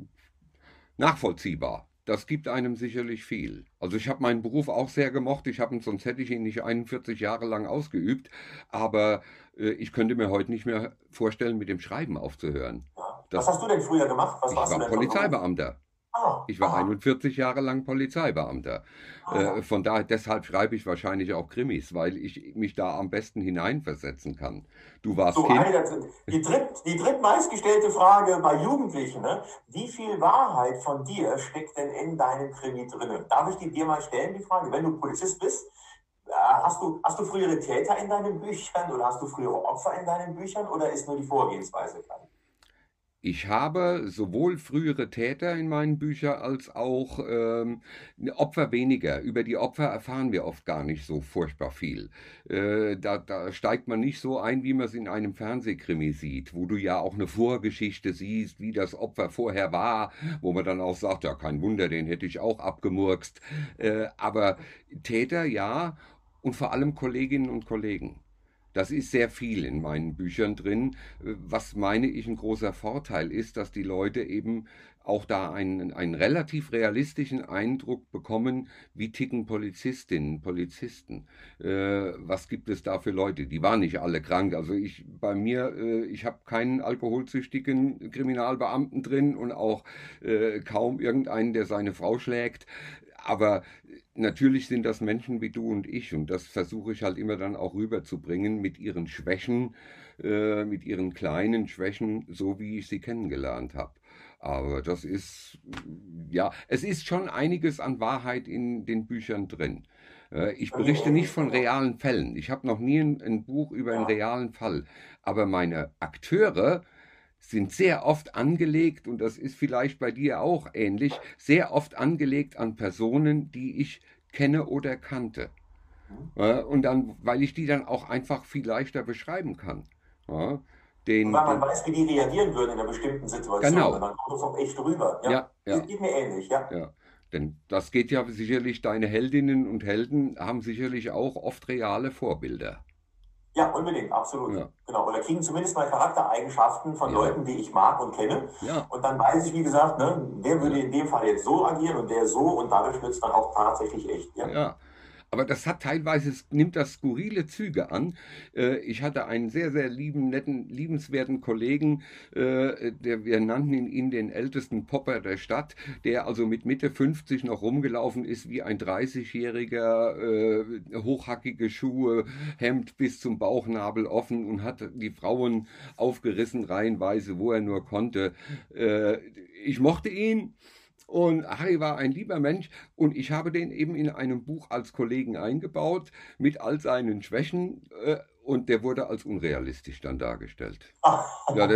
nachvollziehbar. Das gibt einem sicherlich viel. Also ich habe meinen Beruf auch sehr gemocht. Ich habe ihn, sonst hätte ich ihn nicht 41 Jahre lang ausgeübt. Aber ich könnte mir heute nicht mehr vorstellen, mit dem Schreiben aufzuhören. Ja. Was Das, hast du denn früher gemacht? Was ich warst du war denn von Beruf? Polizeibeamter. Ah, Ich war ah, 41 Jahre lang Polizeibeamter. ah. Von daher, deshalb schreibe ich wahrscheinlich auch Krimis, weil ich mich da am besten hineinversetzen kann. Du warst So, Kind. die drittmeistgestellte Frage bei Jugendlichen, ne? Wie viel Wahrheit von dir steckt denn in deinem Krimi drin? Darf ich die dir mal stellen, die Frage? Wenn du Polizist bist, hast du frühere Täter in deinen Büchern oder hast du frühere Opfer in deinen Büchern oder ist nur die Vorgehensweise gleich? Ich habe sowohl frühere Täter in meinen Büchern als auch Opfer weniger. Über die Opfer erfahren wir oft gar nicht so furchtbar viel. Da steigt man nicht so ein, wie man es in einem Fernsehkrimi sieht, wo du ja auch eine Vorgeschichte siehst, wie das Opfer vorher war, wo man dann auch sagt, ja, kein Wunder, den hätte ich auch abgemurkst. Aber Täter ja und vor allem Kolleginnen und Kollegen. Das ist sehr viel in meinen Büchern drin. Was meine ich ein großer Vorteil ist, dass die Leute eben auch da einen relativ realistischen Eindruck bekommen, wie ticken Polizistinnen, Polizisten. Was gibt es da für Leute? Die waren nicht alle krank. Also ich habe keinen alkoholsüchtigen Kriminalbeamten drin und auch kaum irgendeinen, der seine Frau schlägt. Aber natürlich sind das Menschen wie du und ich und das versuche ich halt immer dann auch rüberzubringen mit ihren Schwächen, mit ihren kleinen Schwächen, so wie ich sie kennengelernt habe. Aber das ist, ja, es ist schon einiges an Wahrheit in den Büchern drin. Ich Bei mir berichte nicht ähnlich, von genau. realen Fällen. Ich habe noch nie ein Buch über einen Ja. realen Fall. Aber meine Akteure sind sehr oft angelegt, und das ist vielleicht bei dir auch ähnlich, sehr oft angelegt an Personen, die ich kenne oder kannte. Hm. Und dann, weil ich die dann auch einfach viel leichter beschreiben kann. Ja, Und weil man den, weiß, wie die reagieren würden in einer bestimmten Situation. Und genau, dann kommt es auch echt rüber. Ja, ja, ja, geht mir ähnlich, ja. ja. Denn das geht ja sicherlich, deine Heldinnen und Helden haben sicherlich auch oft reale Vorbilder. Ja, unbedingt, absolut. Ja, Genau. Oder kriegen zumindest mal Charaktereigenschaften von ja, Leuten, die ich mag und kenne. ja, Und dann weiß ich, wie gesagt, ne, der würde ja. in dem Fall jetzt so agieren und der so und dadurch wird es dann auch tatsächlich echt. Ja. Ja, aber das hat teilweise, es nimmt das skurrile Züge an. Ich hatte einen sehr, sehr lieben, netten, liebenswerten Kollegen, wir nannten ihn den ältesten Popper der Stadt, der also mit Mitte 50 noch rumgelaufen ist wie ein 30-jähriger, hochhackige Schuhe, Hemd bis zum Bauchnabel offen und hat die Frauen aufgerissen reihenweise, wo er nur konnte. Äh, Ich mochte ihn. Und Harry war ein lieber Mensch und ich habe den eben in einem Buch als Kollegen eingebaut mit all seinen Schwächen und der wurde als unrealistisch dann dargestellt. Ja,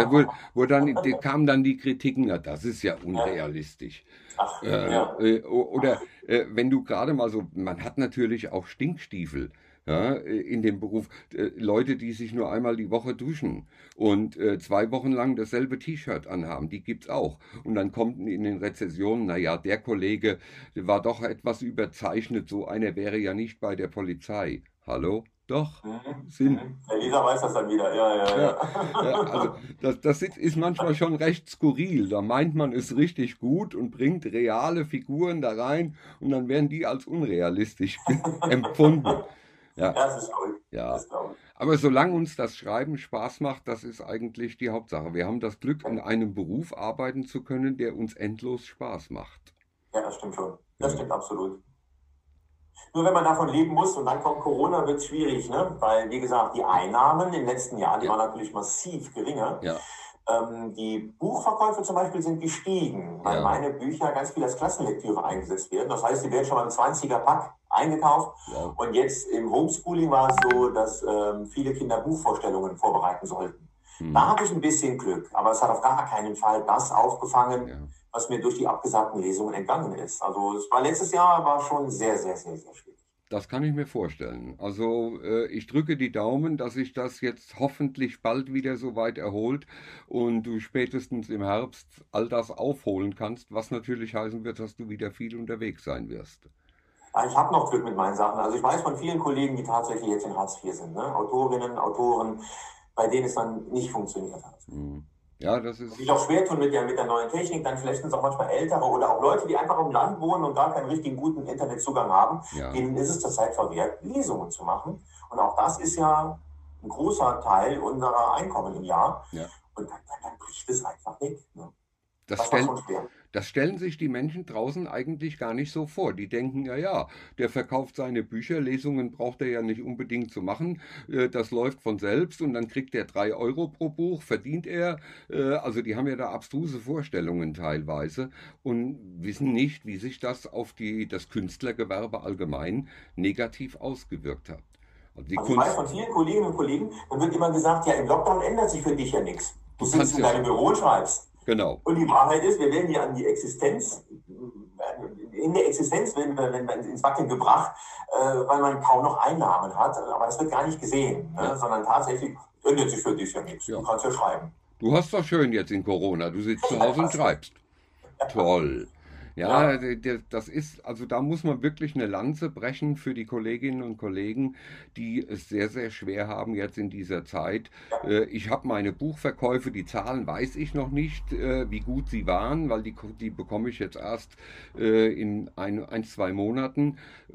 kamen dann die Kritiken, na, das ist ja Ja. unrealistisch. Ach, ja. Oder wenn du gerade mal so, man hat natürlich auch Stinkstiefel ja, in dem Beruf. Leute, die sich nur einmal die Woche duschen und 2 Wochen lang dasselbe T-Shirt anhaben, die gibt's auch. Und dann kommt in den Rezessionen, naja, der Kollege war doch etwas überzeichnet, so einer wäre ja nicht bei der Polizei. Hallo? Doch, sind. Der Leser weiß das dann wieder. Ja, ja, Ja, ja, also ja. das ist manchmal schon recht skurril. Da meint man es richtig gut und bringt reale Figuren da rein und dann werden die als unrealistisch empfunden. Ja, Ja, das ist verrückt. ja. Das glaube ich. Aber solange uns das Schreiben Spaß macht, das ist eigentlich die Hauptsache. Wir haben das Glück, in einem Beruf arbeiten zu können, der uns endlos Spaß macht. Ja, das stimmt schon. Das Ja, stimmt absolut. Nur wenn man davon leben muss und dann kommt Corona, wird es schwierig, ne? Weil, wie gesagt, die Einnahmen im letzten Jahr, die ja, waren natürlich massiv geringer. ja, Die Buchverkäufe zum Beispiel sind gestiegen, weil ja. meine Bücher ganz viel als Klassenlektüre eingesetzt werden. Das heißt, die werden schon mal im 20er-Pack eingekauft. Wow. Und jetzt im Homeschooling war es so, dass viele Kinder Buchvorstellungen vorbereiten sollten. Da Hm, habe ich ein bisschen Glück, aber es hat auf gar keinen Fall das aufgefangen, ja. was mir durch die abgesagten Lesungen entgangen ist. Also es war letztes Jahr war schon sehr, sehr, sehr, sehr schwierig. Das kann ich mir vorstellen. Also ich drücke die Daumen, dass sich das jetzt hoffentlich bald wieder so weit erholt und du spätestens im Herbst all das aufholen kannst, was natürlich heißen wird, dass du wieder viel unterwegs sein wirst. Ja, ich habe noch Glück mit meinen Sachen. Also ich weiß von vielen Kollegen, die tatsächlich jetzt in Hartz IV sind, ne? Autorinnen, Autoren, bei denen es dann nicht funktioniert hat. Hm. Ja, das Die sich ist, auch schwer tun mit der neuen Technik, dann vielleicht sind es auch manchmal Ältere oder auch Leute, die einfach im Land wohnen und gar keinen richtigen guten Internetzugang haben. ja, Denen ist es zurzeit verwehrt, Lesungen zu machen. Und auch das ist ja ein großer Teil unserer Einkommen im Jahr. ja. Und dann bricht es einfach weg. Ne? Das Das war stellen, schon schwer. das stellen sich die Menschen draußen eigentlich gar nicht so vor. Die denken, ja, ja, der verkauft seine Bücher, Lesungen braucht er ja nicht unbedingt zu machen. Das läuft von selbst und dann kriegt er 3 € pro Buch, verdient er. Also die haben ja da abstruse Vorstellungen teilweise und wissen nicht, wie sich das auf das Künstlergewerbe allgemein negativ ausgewirkt hat. Also die Also ich weiß Kunst, von vielen Kolleginnen und Kollegen, dann wird immer gesagt, ja, im Lockdown ändert sich für dich ja nichts. Du du sitzt kannst in ja, deinem Büro und schreibst. genau, Und die Wahrheit ist, wir werden ja an die Existenz, in der Existenz werden wir ins Wackeln gebracht, weil man kaum noch Einnahmen hat. Aber das wird gar nicht gesehen, ne? ja, Sondern tatsächlich ändert sich für dich ja nichts. Du ja. kannst ja schreiben. Du hast doch schön jetzt in Corona. Du sitzt zu Ja, Hause und fast. schreibst. Toll. Ja, Ja. das ist, also da muss man wirklich eine Lanze brechen für die Kolleginnen und Kollegen, die es sehr, sehr schwer haben jetzt in dieser Zeit. Ich habe meine Buchverkäufe, die Zahlen weiß ich noch nicht, wie gut sie waren, weil die bekomme ich jetzt erst in 2 Monaten,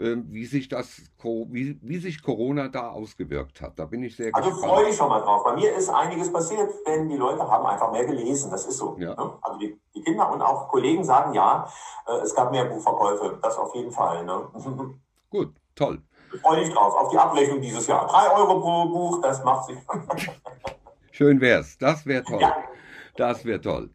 wie sich Corona da ausgewirkt hat. Da bin ich sehr Also freue gespannt. dich schon mal drauf. Bei mir ist einiges passiert, denn die Leute haben einfach mehr gelesen. Das ist so. Ja, Ne? Also die Kinder und auch Kollegen sagen ja, es gab mehr Buchverkäufe. Das auf jeden Fall. Ne? gut, toll. Freue dich drauf. Auf die Abrechnung dieses Jahr. 3 € pro Buch, das macht sich. Schön wär's. Das wäre toll. Ja. Das wäre toll.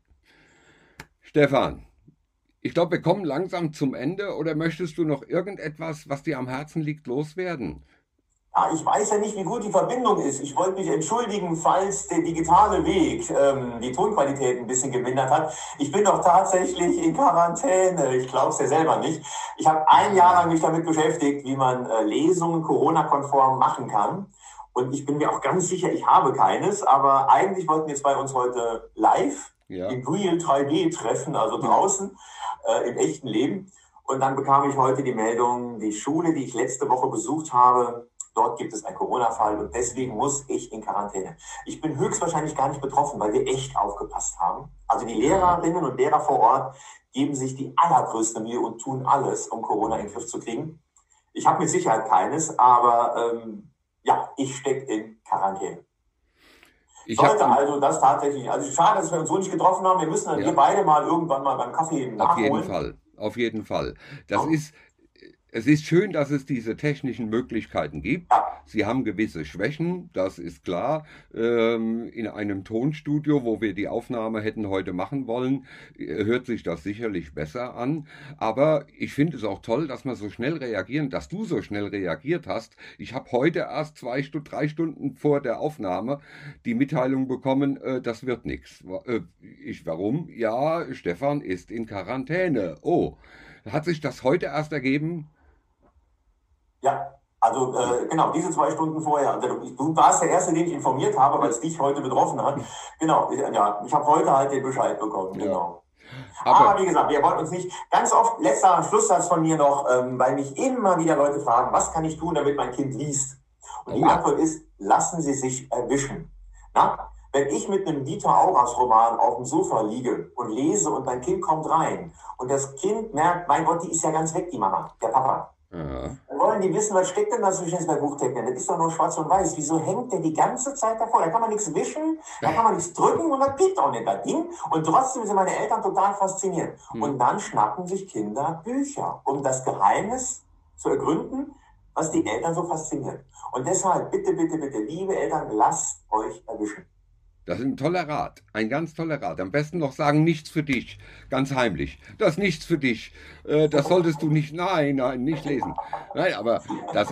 Stefan, ich glaube, wir kommen langsam zum Ende. Oder möchtest du noch irgendetwas, was dir am Herzen liegt, loswerden? Ja, ich weiß ja nicht, wie gut die Verbindung ist. Ich wollte mich entschuldigen, falls der digitale Weg die Tonqualität ein bisschen gemindert hat. Ich bin doch tatsächlich in Quarantäne. Ich glaube es ja selber nicht. Ich habe ein Jahr lang Ja, mich damit beschäftigt, wie man Lesungen Corona-konform machen kann. Und ich bin mir auch ganz sicher, ich habe keines. Aber eigentlich wollten wir zwei uns heute live ja, in Real 3D treffen, also draußen im echten Leben. Und dann bekam ich heute die Meldung, die Schule, die ich letzte Woche besucht habe, dort gibt es einen Corona-Fall und deswegen muss ich in Quarantäne. Ich bin höchstwahrscheinlich gar nicht betroffen, weil wir echt aufgepasst haben. Also die ja. Lehrerinnen und Lehrer vor Ort geben sich die allergrößte Mühe und tun alles, um Corona in den Griff zu kriegen. Ich habe mit Sicherheit keines, aber ja, ich stecke in Quarantäne. Ich Sollte habe, also das tatsächlich, also schade, dass wir uns so nicht getroffen haben. Wir müssen wir ja, beide mal irgendwann mal beim Kaffee auf jeden nachholen. Fall. Auf jeden Fall. Das Ne? ist, es ist schön, dass es diese technischen Möglichkeiten gibt. Ja, Sie haben gewisse Schwächen, das ist klar. In einem Tonstudio, wo wir die Aufnahme hätten heute machen wollen, hört sich das sicherlich besser an. Aber ich finde es auch toll, dass man so schnell reagieren, dass du so schnell reagiert hast. Ich habe heute erst 3 Stunden vor der Aufnahme die Mitteilung bekommen, das wird nichts. Warum? Ja, Stefan ist in Quarantäne. Oh, hat sich das heute erst ergeben? ja. Also genau, diese 2 Stunden vorher. Also, du warst der Erste, den ich informiert habe, weil es dich heute betroffen hat. Genau, ja, ich habe heute halt den Bescheid bekommen, Ja. genau. Aber Aber wie gesagt, wir wollen uns nicht, ganz oft, letzter Schlusssatz von mir noch, weil mich immer wieder Leute fragen, was kann ich tun, damit mein Kind liest? Und die Antwort ist, lassen Sie sich erwischen. Na? Wenn ich mit einem Dieter Auras-Roman auf dem Sofa liege und lese und mein Kind kommt rein und das Kind merkt, mein Gott, die ist ja ganz weg, die Mama, der Papa. ja. Dann wollen die wissen, was steckt denn da zwischen bei Buchdecken? Das ist doch nur schwarz und weiß. Wieso hängt der die ganze Zeit davor? Da kann man nichts wischen, da kann man nichts drücken und das piept auch nicht das Ding. Und trotzdem sind meine Eltern total fasziniert. Und dann schnappen sich Kinder Bücher, um das Geheimnis zu ergründen, was die Eltern so fasziniert. Und deshalb, bitte, bitte, bitte, liebe Eltern, lasst euch erwischen. Das ist ein toller Rat, ein ganz toller Rat. Am besten noch sagen, nichts für dich, ganz heimlich. Das ist nichts für dich. Das solltest du nicht, nein, nicht lesen. Nein, aber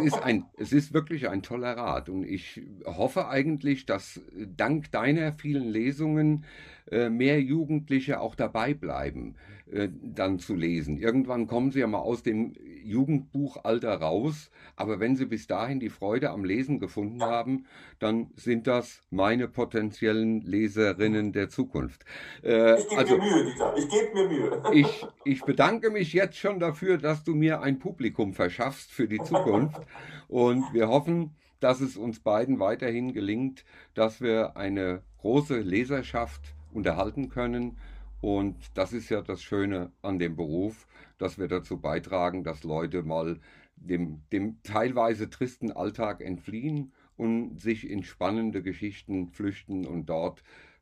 es ist wirklich ein toller Rat. Und ich hoffe eigentlich, dass dank deiner vielen Lesungen mehr Jugendliche auch dabei bleiben, dann zu lesen. Irgendwann kommen sie ja mal aus dem Jugendbuchalter raus, aber wenn sie bis dahin die Freude am Lesen gefunden haben, dann sind das meine potenziellen Leserinnen der Zukunft. Ich gebe mir Mühe, Dieter, ich gebe mir Mühe. Ich bedanke mich jetzt schon dafür, dass du mir ein Publikum verschaffst für die Zukunft und wir hoffen, dass es uns beiden weiterhin gelingt, dass wir eine große Leserschaft unterhalten können. Und das ist ja das Schöne an dem Beruf, dass wir dazu beitragen, dass Leute mal dem teilweise tristen Alltag entfliehen und sich in spannende Geschichten flüchten und dort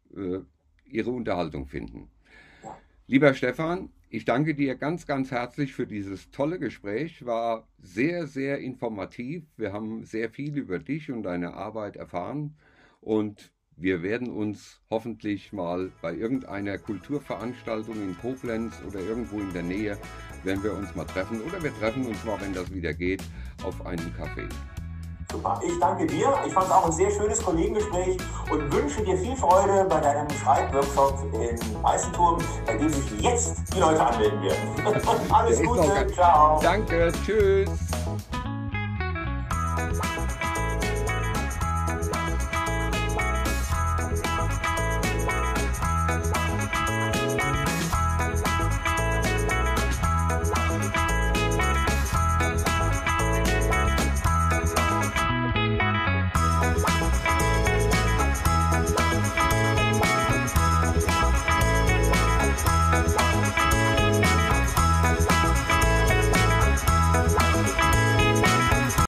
ihre Unterhaltung finden. Lieber Stefan, ich danke dir ganz, ganz herzlich für dieses tolle Gespräch. War sehr, sehr informativ. Wir haben sehr viel über dich und deine Arbeit erfahren und wir werden uns hoffentlich mal bei irgendeiner Kulturveranstaltung in Koblenz oder irgendwo in der Nähe, wenn wir uns mal treffen oder wir treffen uns mal, wenn das wieder geht, auf einem Café. Super, ich danke dir. Ich fand es auch ein sehr schönes Kollegengespräch und wünsche dir viel Freude bei deinem Schreibworkshop in Weißenturm, bei dem sich jetzt die Leute anmelden werden. Alles Gute, ciao. Danke, tschüss.